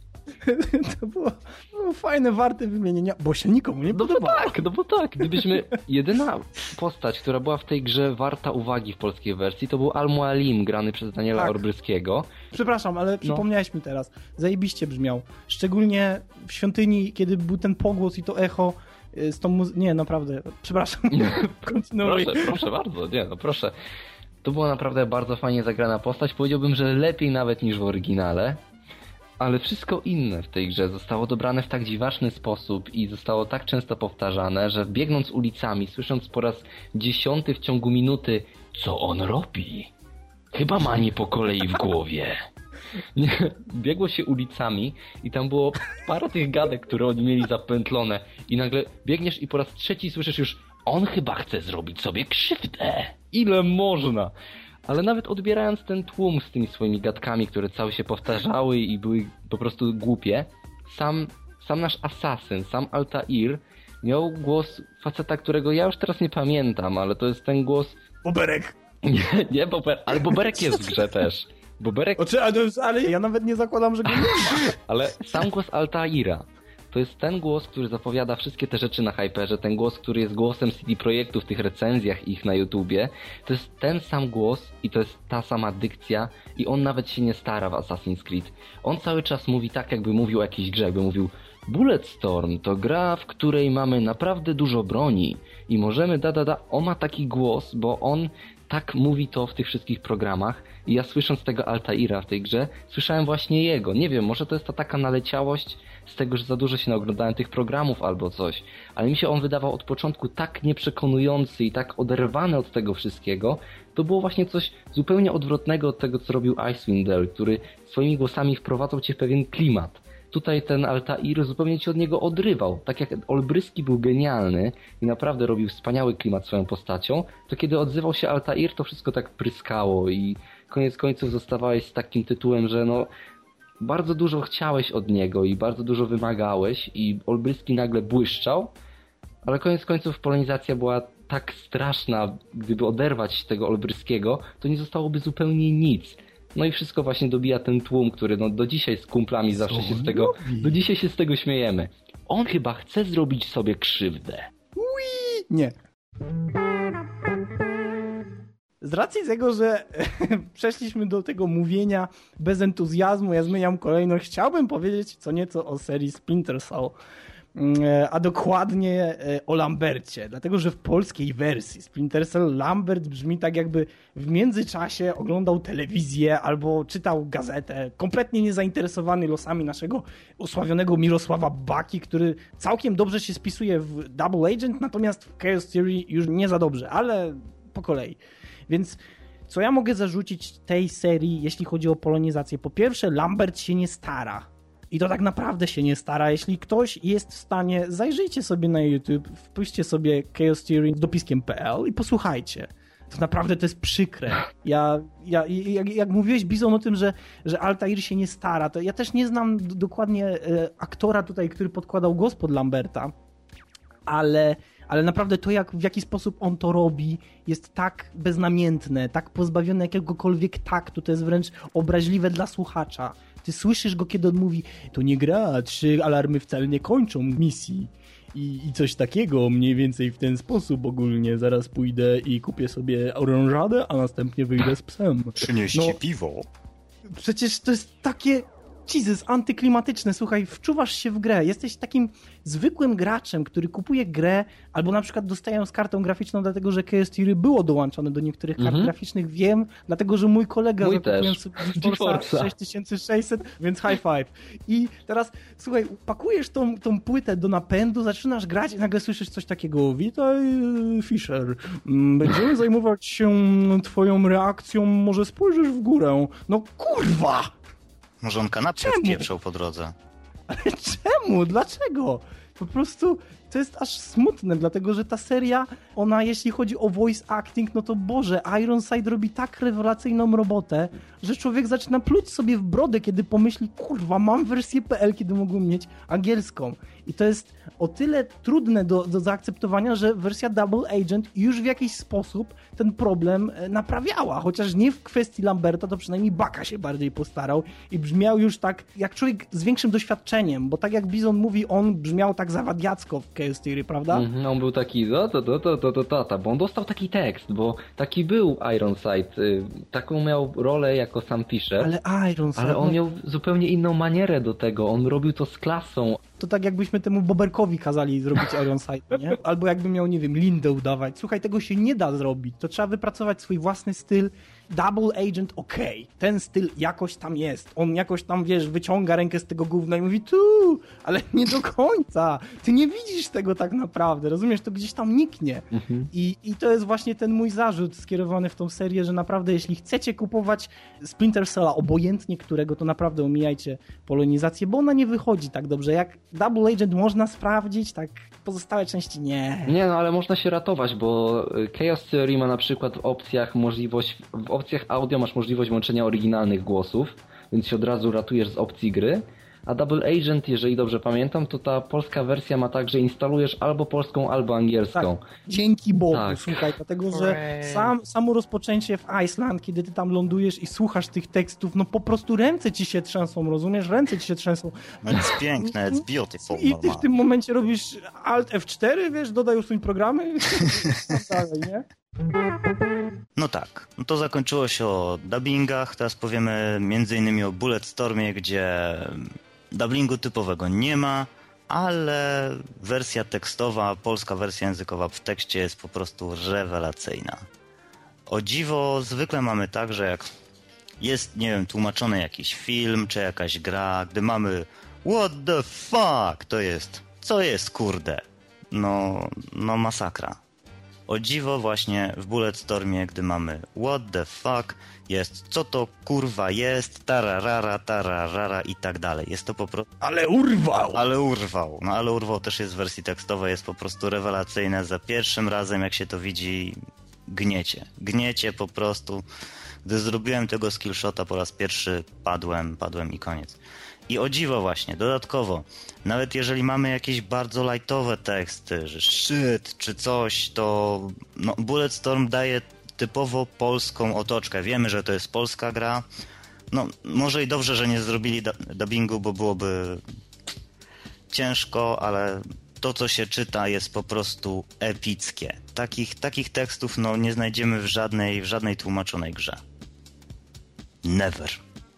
To było no, fajne, warte wymienienia, bo się nikomu nie podobało. No bo tak, no bo tak. Gdybyśmy... Jedyna postać, która była w tej grze warta uwagi w polskiej wersji, to był Al-Mualim, grany przez Daniela tak. Orbryskiego. Przepraszam, ale przypomniałeś no. mi teraz. Zajebiście brzmiał. Szczególnie w świątyni, kiedy był ten pogłos i to echo z tą muzyką... Nie, naprawdę. Przepraszam. Kontynuuj. Proszę, proszę bardzo. Nie, no proszę. To była naprawdę bardzo fajnie zagrana postać. Powiedziałbym, że lepiej nawet niż w oryginale. Ale wszystko inne w tej grze zostało dobrane w tak dziwaczny sposób i zostało tak często powtarzane, że biegnąc ulicami, słysząc po raz dziesiąty w ciągu minuty, co on robi? Chyba ma nie po kolei w głowie. Nie, biegło się ulicami i tam było parę tych gadek, które oni mieli zapętlone i nagle biegniesz i po raz trzeci słyszysz już, on chyba chce zrobić sobie krzywdę. Ile można? Ale nawet odbierając ten tłum z tymi swoimi gadkami, które cały się powtarzały i były po prostu głupie, sam, sam nasz asasyn, sam Altair miał głos faceta, którego ja już teraz nie pamiętam, ale to jest ten głos... Boberek! Nie, nie Boberek, ale Boberek jest w grze też. Boberek... Oczy, ale ja nawet nie zakładam, że go nie ma. Ale sam głos Altaira. To jest ten głos, który zapowiada wszystkie te rzeczy na Hyperze, ten głos, który jest głosem C D Projektu w tych recenzjach ich na YouTubie. To jest ten sam głos i to jest ta sama dykcja i on nawet się nie stara w Assassin's Creed. On cały czas mówi tak, jakby mówił o jakiejś grze, jakby mówił Bulletstorm to gra, w której mamy naprawdę dużo broni i możemy da da da. On ma taki głos, bo on tak mówi to w tych wszystkich programach i ja słysząc tego Altaira w tej grze, słyszałem właśnie jego. Nie wiem, może to jest ta taka naleciałość z tego, że za dużo się naoglądałem tych programów albo coś, ale mi się on wydawał od początku tak nieprzekonujący i tak oderwany od tego wszystkiego. To było właśnie coś zupełnie odwrotnego od tego, co robił Icewind Dale, który swoimi głosami wprowadzał cię w pewien klimat. Tutaj ten Altair zupełnie cię od niego odrywał. Tak jak Olbryski był genialny i naprawdę robił wspaniały klimat swoją postacią, to kiedy odzywał się Altair, to wszystko tak pryskało i koniec końców zostawałeś z takim tytułem, że no bardzo dużo chciałeś od niego i bardzo dużo wymagałeś i Olbryski nagle błyszczał, ale koniec końców polonizacja była tak straszna, gdyby oderwać tego Olbryskiego, to nie zostałoby zupełnie nic. No i wszystko właśnie dobija ten tłum, który no do dzisiaj z kumplami Co zawsze się z tego, robi? do dzisiaj się z tego śmiejemy. On chyba chce zrobić sobie krzywdę. Ui, nie. Z racji tego, że przeszliśmy do tego mówienia bez entuzjazmu, ja zmieniam kolejność, chciałbym powiedzieć co nieco o serii Splinter Cell, a dokładnie o Lambercie, dlatego że w polskiej wersji Splinter Cell Lambert brzmi tak, jakby w międzyczasie oglądał telewizję albo czytał gazetę, kompletnie niezainteresowany losami naszego osławionego Mirosława Baki, który całkiem dobrze się spisuje w Double Agent, natomiast w Chaos Theory już nie za dobrze, ale po kolei. Więc co ja mogę zarzucić tej serii, jeśli chodzi o polonizację? Po pierwsze, Lambert się nie stara. I to tak naprawdę się nie stara. Jeśli ktoś jest w stanie, zajrzyjcie sobie na YouTube, wpiszcie sobie Chaos Theory z dopiskiem P L i posłuchajcie. To naprawdę to jest przykre. Ja, ja, jak, jak mówiłeś, Bizon, o tym, że, że Altair się nie stara, to ja też nie znam d- dokładnie e, aktora tutaj, który podkładał głos pod Lamberta, ale... Ale naprawdę to, jak, w jaki sposób on to robi, jest tak beznamiętne, tak pozbawione jakiegokolwiek taktu, to jest wręcz obraźliwe dla słuchacza. Ty słyszysz go, kiedy on mówi, to nie gra, trzy alarmy wcale nie kończą misji. I, I coś takiego, mniej więcej w ten sposób ogólnie. Zaraz pójdę i kupię sobie orężadę, a następnie wyjdę z psem. Przynieście no, piwo. Przecież to jest takie... Jesus, antyklimatyczne, słuchaj, wczuwasz się w grę, jesteś takim zwykłym graczem, który kupuje grę, albo na przykład dostaję z kartą graficzną, dlatego że Chaos Theory było dołączone do niektórych kart Mhm. graficznych, wiem, dlatego że mój kolega Mój zakupił też. sobie GeForce'a. GeForce'a sześć tysięcy sześćset, więc high five. I teraz, słuchaj, pakujesz tą, tą płytę do napędu, zaczynasz grać i nagle słyszysz coś takiego, witaj Fisher, Mm, będziemy zajmować się twoją reakcją, może spojrzysz w górę. No kurwa! Może on kanapkę Czemu? wpieprzał po drodze. Ale czemu? Dlaczego? Po prostu to jest aż smutne, dlatego że ta seria, ona jeśli chodzi o voice acting, no to Boże, Ironside robi tak rewelacyjną robotę, że człowiek zaczyna pluć sobie w brodę, kiedy pomyśli, kurwa, mam wersję P L, kiedy mógłbym mieć angielską. I to jest o tyle trudne do, do zaakceptowania, że wersja Double Agent już w jakiś sposób ten problem e, naprawiała. Chociaż nie w kwestii Lamberta, to przynajmniej Baka się bardziej postarał i brzmiał już tak jak człowiek z większym doświadczeniem, bo tak jak Bizon mówi, on brzmiał tak zawadiacko w Chaos Theory, prawda? Mhm, on był taki, to, to, to, to, to, to, to, to, bo on dostał taki tekst, bo taki był Ironside, y, taką miał rolę jako Sam Fisher, ale, Ale Ironside, on no, miał zupełnie inną manierę do tego, on robił to z klasą. to tak jakbyśmy temu Boberkowi kazali zrobić Ironside, nie? Albo jakby miał, nie wiem, Lindę udawać. Słuchaj, tego się nie da zrobić. To trzeba wypracować swój własny styl. Double Agent, okej. Okay. Ten styl jakoś tam jest. On jakoś tam, wiesz, wyciąga rękę z tego gówna i mówi tu, ale nie do końca. Ty nie widzisz tego tak naprawdę, rozumiesz? To gdzieś tam niknie. Mhm. I, I to jest właśnie ten mój zarzut skierowany w tą serię, że naprawdę jeśli chcecie kupować Splinter Cella, obojętnie którego, to naprawdę omijajcie polonizację, bo ona nie wychodzi tak dobrze. Jak Double Agent można sprawdzić, tak pozostałe części nie. Nie, no ale można się ratować, bo Chaos Theory ma na przykład w opcjach możliwość, w opcjach audio masz możliwość łączenia oryginalnych głosów, więc się od razu ratujesz z opcji gry, a Double Agent, jeżeli dobrze pamiętam, to ta polska wersja ma tak, że instalujesz albo polską, albo angielską. Tak, dzięki Bogu, Tak. słuchaj, dlatego że Hooray. sam, samo rozpoczęcie w Iceland, kiedy ty tam lądujesz i słuchasz tych tekstów, no po prostu ręce ci się trzęsą, rozumiesz? Ręce ci się trzęsą. No it's piękne, it's beautiful. I ty w normalnie. tym momencie robisz Alt F cztery, wiesz, dodaj usuń programy i tak dalej, nie? No tak, no to zakończyło się o dubbingach, teraz powiemy między innymi o Bulletstormie, gdzie dubbingu typowego nie ma, ale wersja tekstowa, polska wersja językowa w tekście jest po prostu rewelacyjna. O dziwo, zwykle mamy tak, że jak jest, nie wiem, tłumaczony jakiś film, czy jakaś gra, gdy mamy what the fuck, to jest, co jest kurde, no, no masakra. O dziwo właśnie w Bulletstormie, gdy mamy what the fuck, jest co to kurwa jest, tararara, tararara i tak dalej. Jest to po prostu... Ale urwał! Ale urwał. No ale urwał też jest w wersji tekstowej, jest po prostu rewelacyjne. Za pierwszym razem jak się to widzi, gniecie. Gniecie po prostu. Gdy zrobiłem tego skillshota po raz pierwszy, padłem, padłem i koniec. I o dziwo właśnie, dodatkowo, nawet jeżeli mamy jakieś bardzo lightowe teksty, że shit czy coś, to no, Bulletstorm daje typowo polską otoczkę. Wiemy, że to jest polska gra. No, może i dobrze, że nie zrobili du- dubbingu, bo byłoby ciężko, ale to, co się czyta, jest po prostu epickie. Takich, takich tekstów no, nie znajdziemy w żadnej, w żadnej tłumaczonej grze. Never.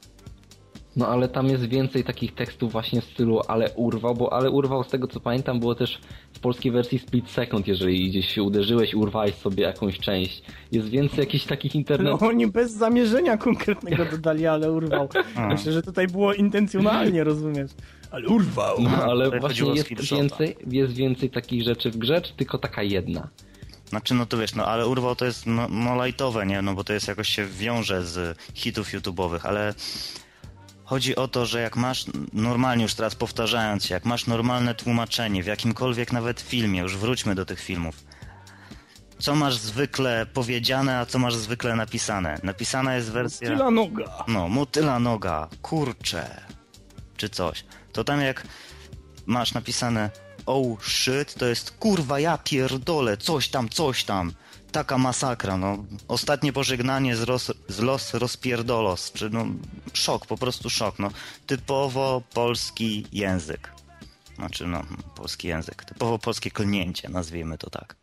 No ale tam jest więcej takich tekstów właśnie w stylu ale urwał, bo ale urwał z tego co pamiętam było też w polskiej wersji split second, jeżeli gdzieś się uderzyłeś, urwałeś sobie jakąś część. Jest więcej jakichś takich No, internet... oni bez zamierzenia konkretnego dodali, ale urwał. Myślę, że tutaj było intencjonalnie, rozumiesz? Ale urwał! No ale Tutaj właśnie chodziło o jest skillshota. więcej, jest więcej takich rzeczy w grze, czy tylko taka jedna? Znaczy, no to wiesz, no ale urwał to jest no, no lightowe, nie? No bo to jest jakoś się wiąże z hitów YouTube'owych, ale chodzi o to, że jak masz, normalnie już teraz powtarzając się, jak masz normalne tłumaczenie w jakimkolwiek nawet filmie, już wróćmy do tych filmów, co masz zwykle powiedziane, a co masz zwykle napisane? Napisana jest wersja... Tyla noga! No, motyla noga, kurcze, czy coś. To tam jak masz napisane oh shit, to jest kurwa ja pierdolę, coś tam, coś tam. Taka masakra, no. Ostatnie pożegnanie z, ros, z los rozpierdolos, czy no szok, po prostu szok, no. Typowo polski język. Znaczy, no, polski język. Typowo polskie klnięcie, nazwijmy to tak.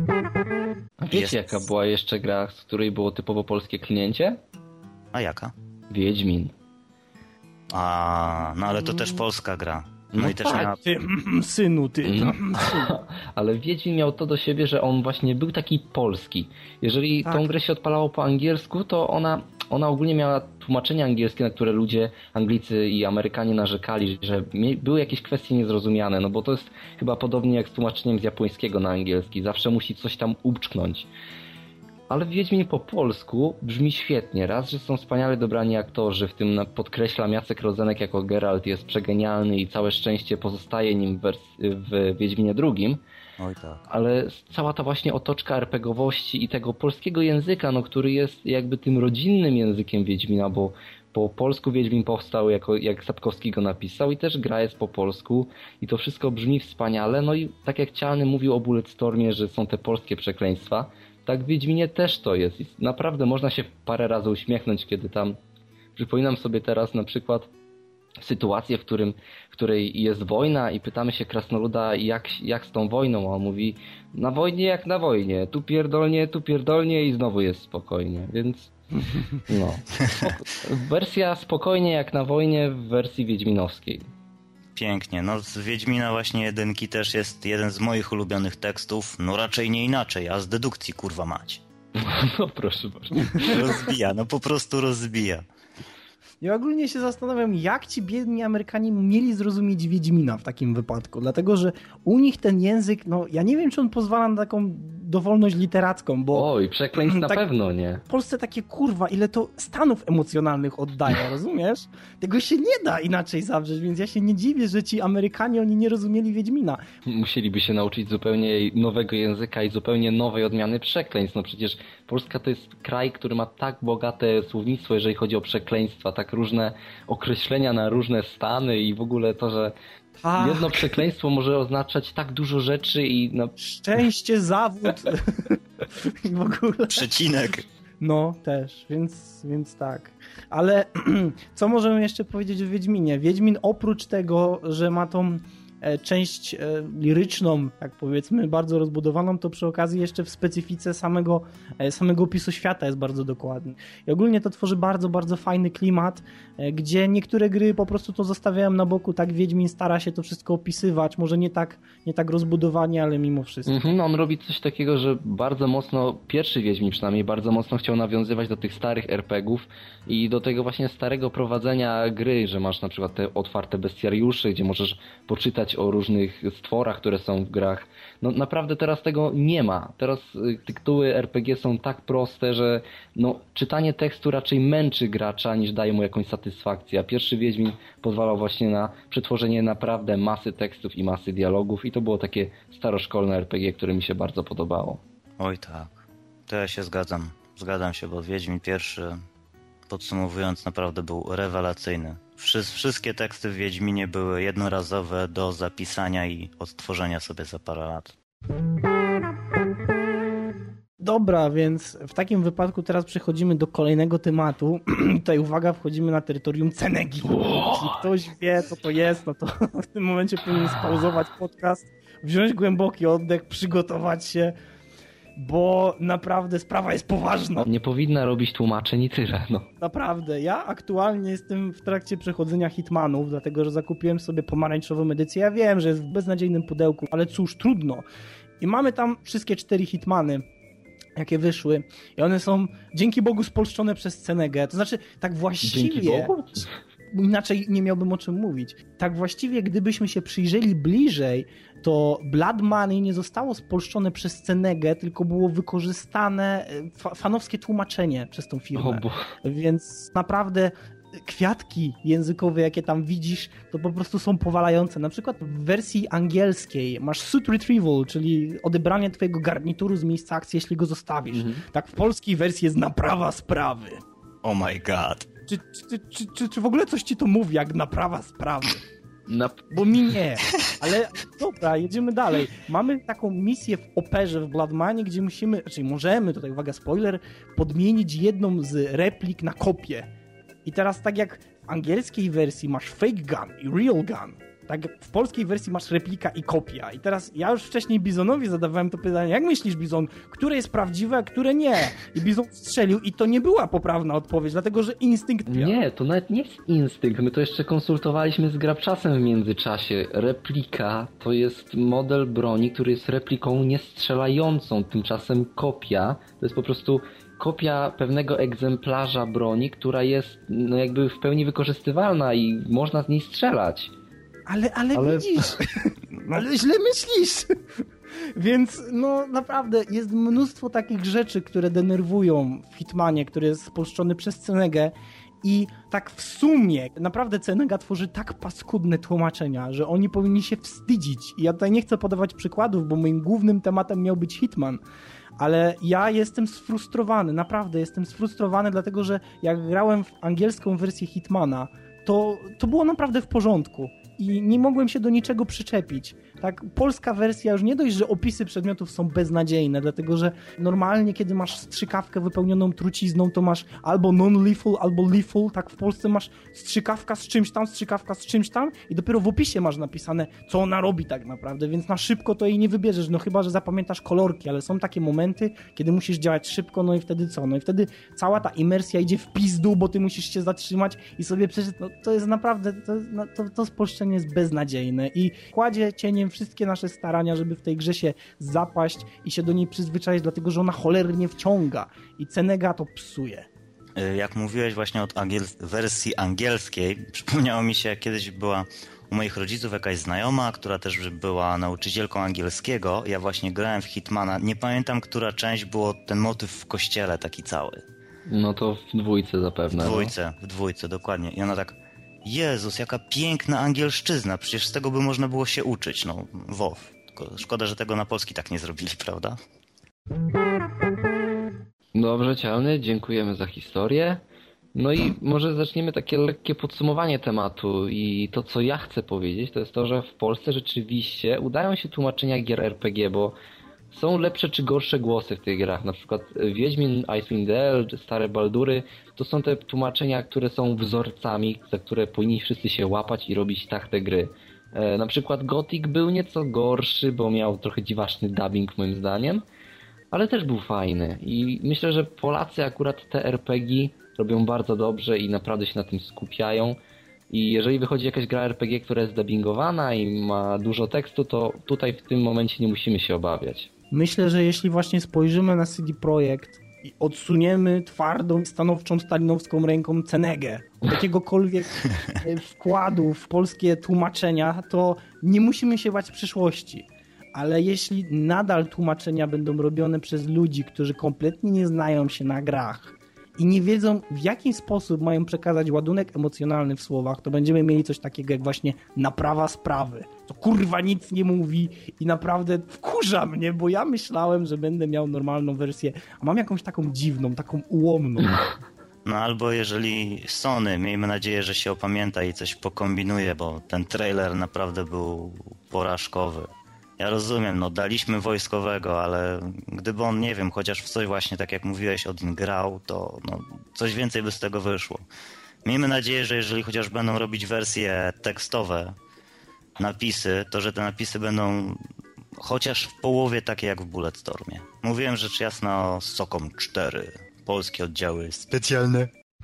A wiecie Jest. jaka była jeszcze gra, z której było typowo polskie klnięcie? A jaka? Wiedźmin. A, no ale to też polska gra. No, No i też tak. miała... Ty, mm, synu, ty. No. Mm, synu. Ale Wiedźmin miał to do siebie, że on właśnie był taki polski. Jeżeli Tak. tą grę się odpalało po angielsku, to ona, ona ogólnie miała tłumaczenie angielskie, na które ludzie, Anglicy i Amerykanie narzekali, że mie- były jakieś kwestie niezrozumiane, no bo to jest chyba podobnie jak z tłumaczeniem z japońskiego na angielski. Zawsze musi coś tam ubczknąć. Ale Wiedźmin po polsku brzmi świetnie. Raz, że są wspaniale dobrani aktorzy, w tym podkreślam Jacek Rodzenek jako Geralt jest przegenialny i całe szczęście pozostaje nim w, wers- w Wiedźminie drugim. Oj tak. Ale cała ta właśnie otoczka er pe gie owości i tego polskiego języka, no, który jest jakby tym rodzinnym językiem Wiedźmina, bo po polsku Wiedźmin powstał, jako, jak Sapkowski go napisał i też gra jest po polsku i to wszystko brzmi wspaniale. No i tak jak Cialny mówił o Bulletstormie, że są te polskie przekleństwa, tak w Wiedźminie też to jest. I naprawdę można się parę razy uśmiechnąć, kiedy tam... Przypominam sobie teraz na przykład sytuację, w, którym, w której jest wojna i pytamy się krasnoluda, jak, jak z tą wojną, a on mówi, na wojnie jak na wojnie, tu pierdolnie, tu pierdolnie i znowu jest spokojnie, więc no. Wersja spokojnie jak na wojnie w wersji wiedźminowskiej. Pięknie. No z Wiedźmina właśnie jedynki też jest jeden z moich ulubionych tekstów. No raczej nie inaczej, a z dedukcji kurwa mać. No proszę bardzo. Rozbija, no po prostu rozbija. Ja ogólnie się zastanawiam, jak ci biedni Amerykanie mieli zrozumieć Wiedźmina w takim wypadku, dlatego że u nich ten język, no ja nie wiem, czy on pozwala na taką dowolność literacką, bo Oj, przekleństw na tak, pewno nie. w Polsce takie kurwa, ile to stanów emocjonalnych oddaje, rozumiesz? Tego się nie da inaczej zawrzeć, więc ja się nie dziwię, że ci Amerykanie, oni nie rozumieli Wiedźmina. Musieliby się nauczyć zupełnie nowego języka i zupełnie nowej odmiany przekleństw. No przecież Polska to jest kraj, który ma tak bogate słownictwo, jeżeli chodzi o przekleństwa, tak różne określenia na różne stany i w ogóle to, że Tak. jedno przekleństwo może oznaczać tak dużo rzeczy i no... Szczęście, zawód i w ogóle. Przecinek. No, też, więc, więc tak. Ale co możemy jeszcze powiedzieć o Wiedźminie? Wiedźmin oprócz tego, że ma tą e, część e, liryczną, tak powiedzmy, bardzo rozbudowaną, to przy okazji jeszcze w specyfice samego, e, samego opisu świata jest bardzo dokładny. I ogólnie to tworzy bardzo, bardzo fajny klimat, e, gdzie niektóre gry po prostu to zostawiają na boku, tak Wiedźmin stara się to wszystko opisywać, może nie tak, nie tak rozbudowanie, ale mimo wszystko. Mhm, on robi coś takiego, że bardzo mocno, pierwszy Wiedźmin przynajmniej, bardzo mocno chciał nawiązywać do tych starych er pe gie ów i do tego właśnie starego prowadzenia gry, że masz na przykład te otwarte bestiariusze, gdzie możesz poczytać o różnych stworach, które są w grach. No naprawdę teraz tego nie ma. Teraz y, tytuły er pe gie są tak proste, że no, czytanie tekstu raczej męczy gracza, niż daje mu jakąś satysfakcję. A pierwszy Wiedźmin pozwalał właśnie na przetworzenie naprawdę masy tekstów i masy dialogów i to było takie staroszkolne er pe gie, które mi się bardzo podobało. Oj tak. To ja się zgadzam. Zgadzam się, bo Wiedźmin pierwszy, podsumowując, naprawdę był rewelacyjny. Wszy- wszystkie teksty w Wiedźminie były jednorazowe do zapisania i odtworzenia sobie za parę lat. Dobra, więc w takim wypadku teraz przechodzimy do kolejnego tematu. Tutaj uwaga, wchodzimy na terytorium Cenegi. Jeśli ktoś wie, co to jest, no to w tym momencie powinien spauzować podcast, wziąć głęboki oddech, przygotować się, bo naprawdę sprawa jest poważna. Nie powinna robić tłumaczeń i tyle, no. Naprawdę, ja aktualnie jestem w trakcie przechodzenia Hitmanów, dlatego że zakupiłem sobie pomarańczową edycję. Ja wiem, że jest w beznadziejnym pudełku, ale cóż, trudno. I mamy tam wszystkie cztery Hitmany, jakie wyszły. I one są, dzięki Bogu, spolszczone przez Cenegę. To znaczy, tak właściwie... Dzięki Bogu? Inaczej nie miałbym o czym mówić. Tak właściwie, gdybyśmy się przyjrzeli bliżej, to Blood Money nie zostało spolszczone przez Cenegę, tylko było wykorzystane fa- fanowskie tłumaczenie przez tą firmę. O, bo... Więc naprawdę kwiatki językowe, jakie tam widzisz, to po prostu są powalające. Na przykład w wersji angielskiej masz suit retrieval, czyli odebranie twojego garnituru z miejsca akcji, jeśli go zostawisz. Mhm. Tak w polskiej wersji jest naprawa sprawy. Oh my god. Czy, czy, czy, czy, czy w ogóle coś ci to mówi, jak naprawa sprawy? Na... Bo mi nie. Ale dobra, jedziemy dalej. Mamy taką misję w operze w Blood Money, gdzie musimy, czyli możemy, tutaj uwaga, spoiler, podmienić jedną z replik na kopię. I teraz tak jak w angielskiej wersji masz fake gun i real gun, tak w polskiej wersji masz replika i kopia. I teraz ja już wcześniej Bizonowi zadawałem to pytanie, jak myślisz, Bizon, które jest prawdziwe, a które nie? I Bizon strzelił i to nie była poprawna odpowiedź, dlatego że instynkt miał. Nie, to nawet nie jest instynkt. My to jeszcze konsultowaliśmy z Grabczasem w międzyczasie. Replika to jest model broni, który jest repliką niestrzelającą. Tymczasem kopia to jest po prostu kopia pewnego egzemplarza broni, która jest no jakby w pełni wykorzystywalna i można z niej strzelać. Ale, ale, ale... widzisz, ale źle myślisz. Więc no naprawdę jest mnóstwo takich rzeczy, które denerwują w Hitmanie, który jest spolszczony przez Cenegę. I tak w sumie naprawdę Cenega tworzy tak paskudne tłumaczenia, że oni powinni się wstydzić. I ja tutaj nie chcę podawać przykładów, bo moim głównym tematem miał być Hitman. Ale ja jestem sfrustrowany, naprawdę jestem sfrustrowany, dlatego że jak grałem w angielską wersję Hitmana, to, to było naprawdę w porządku i nie mogłem się do niczego przyczepić. Tak, polska wersja już nie dość, że opisy przedmiotów są beznadziejne, dlatego że normalnie, kiedy masz strzykawkę wypełnioną trucizną, to masz albo non-lethal, albo lethal. Tak, w Polsce masz strzykawka z czymś tam, strzykawka z czymś tam i dopiero w opisie masz napisane, co ona robi tak naprawdę, więc na szybko to jej nie wybierzesz, no chyba, że zapamiętasz kolorki, ale są takie momenty, kiedy musisz działać szybko, no i wtedy co? No i wtedy cała ta imersja idzie w pizdu, bo ty musisz się zatrzymać i sobie przeczytać, no to jest naprawdę, to, no, to, to spolszczenie jest beznadziejne i kładzie cieniem wszystkie nasze starania, żeby w tej grze się zapaść i się do niej przyzwyczaić, dlatego że ona cholernie wciąga i Cenega to psuje. Jak mówiłeś właśnie od angiel- wersji angielskiej, przypomniało mi się, jak kiedyś była u moich rodziców jakaś znajoma, która też była nauczycielką angielskiego. Ja właśnie grałem w Hitmana. Nie pamiętam, która część było ten motyw w kościele taki cały. No to w dwójce zapewne. W dwójce, no. w dwójce, dokładnie. I ona tak, Jezus, jaka piękna angielszczyzna, przecież z tego by można było się uczyć, no, wow. Tylko szkoda, że tego na polski tak nie zrobili, prawda? Dobrze, Cialny, dziękujemy za historię. No i może zaczniemy takie lekkie podsumowanie tematu i to, co ja chcę powiedzieć, to jest to, że w Polsce rzeczywiście udają się tłumaczenia gier er pe gie, bo są lepsze czy gorsze głosy w tych grach. Na przykład Wiedźmin, Icewind Dale, Stare Baldury, to są te tłumaczenia, które są wzorcami, za które powinni wszyscy się łapać i robić tak te gry. E, na przykład Gothic był nieco gorszy, bo miał trochę dziwaczny dubbing moim zdaniem, ale też był fajny i myślę, że Polacy akurat te er pe gie robią bardzo dobrze i naprawdę się na tym skupiają. I jeżeli wychodzi jakaś gra er pe gie, która jest dubbingowana i ma dużo tekstu, to tutaj w tym momencie nie musimy się obawiać. Myślę, że jeśli właśnie spojrzymy na C D Projekt i odsuniemy twardą, stanowczą, stalinowską ręką Cenegę od jakiegokolwiek wkładu w polskie tłumaczenia, to nie musimy się bać przyszłości. Ale jeśli nadal tłumaczenia będą robione przez ludzi, którzy kompletnie nie znają się na grach i nie wiedzą, w jaki sposób mają przekazać ładunek emocjonalny w słowach, to będziemy mieli coś takiego jak właśnie naprawa sprawy. To kurwa nic nie mówi i naprawdę wkurza mnie, bo ja myślałem, że będę miał normalną wersję, a mam jakąś taką dziwną, taką ułomną. No albo jeżeli Sony, miejmy nadzieję, że się opamięta i coś pokombinuje, bo ten trailer naprawdę był porażkowy. Ja rozumiem, no daliśmy wojskowego, ale gdyby on, nie wiem, chociaż w coś właśnie, tak jak mówiłeś, Odin grał, to no, coś więcej by z tego wyszło. Miejmy nadzieję, że jeżeli chociaż będą robić wersje tekstowe, napisy, to że te napisy będą chociaż w połowie takie jak w Bulletstormie. Mówiłem rzecz jasna o Socom cztery, polskie oddziały specjalne.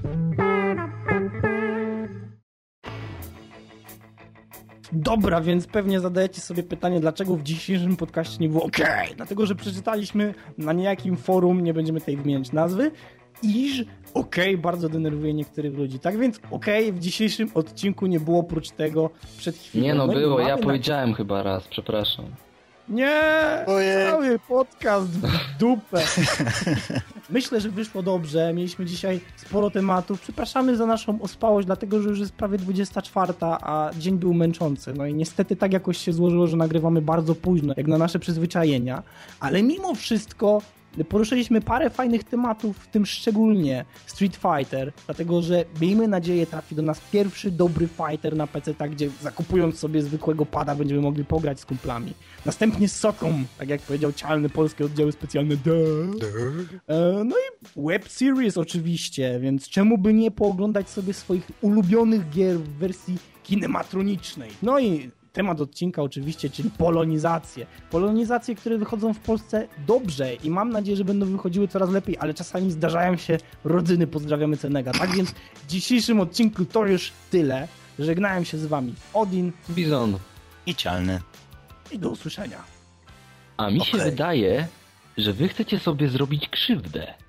Dobra, więc pewnie zadajecie sobie pytanie, dlaczego w dzisiejszym podcaście nie było OK. Dlatego, że przeczytaliśmy na niejakim forum, nie będziemy tutaj wymieniać nazwy, iż OK bardzo denerwuje niektórych ludzi. Tak więc OK w dzisiejszym odcinku nie było oprócz tego przed chwilą. Nie no, no było, ja na... powiedziałem chyba raz, przepraszam. Nie! Ojej. Cały podcast w dupę. Myślę, że wyszło dobrze. Mieliśmy dzisiaj sporo tematów. Przepraszamy za naszą ospałość, dlatego że już jest prawie dwudziesta czwarta, a dzień był męczący. No i niestety tak jakoś się złożyło, że nagrywamy bardzo późno, jak na nasze przyzwyczajenia. Ale mimo wszystko poruszyliśmy parę fajnych tematów, w tym szczególnie Street Fighter, dlatego że miejmy nadzieję trafi do nas pierwszy dobry fighter na peceta, gdzie zakupując sobie zwykłego pada będziemy mogli pograć z kumplami. Następnie z Socom, tak jak powiedział Cialny, polskie oddziały specjalne. No i web series oczywiście, więc czemu by nie pooglądać sobie swoich ulubionych gier w wersji kinematronicznej. No i temat odcinka oczywiście, czyli polonizacje. Polonizacje, które wychodzą w Polsce dobrze i mam nadzieję, że będą wychodziły coraz lepiej, ale czasami zdarzają się rodzyny, pozdrawiamy Cenega. Tak więc w dzisiejszym odcinku to już tyle. Żegnałem się z wami Odin, Bizon I Cialny. I do usłyszenia. A mi się Okej. wydaje, że wy chcecie sobie zrobić krzywdę.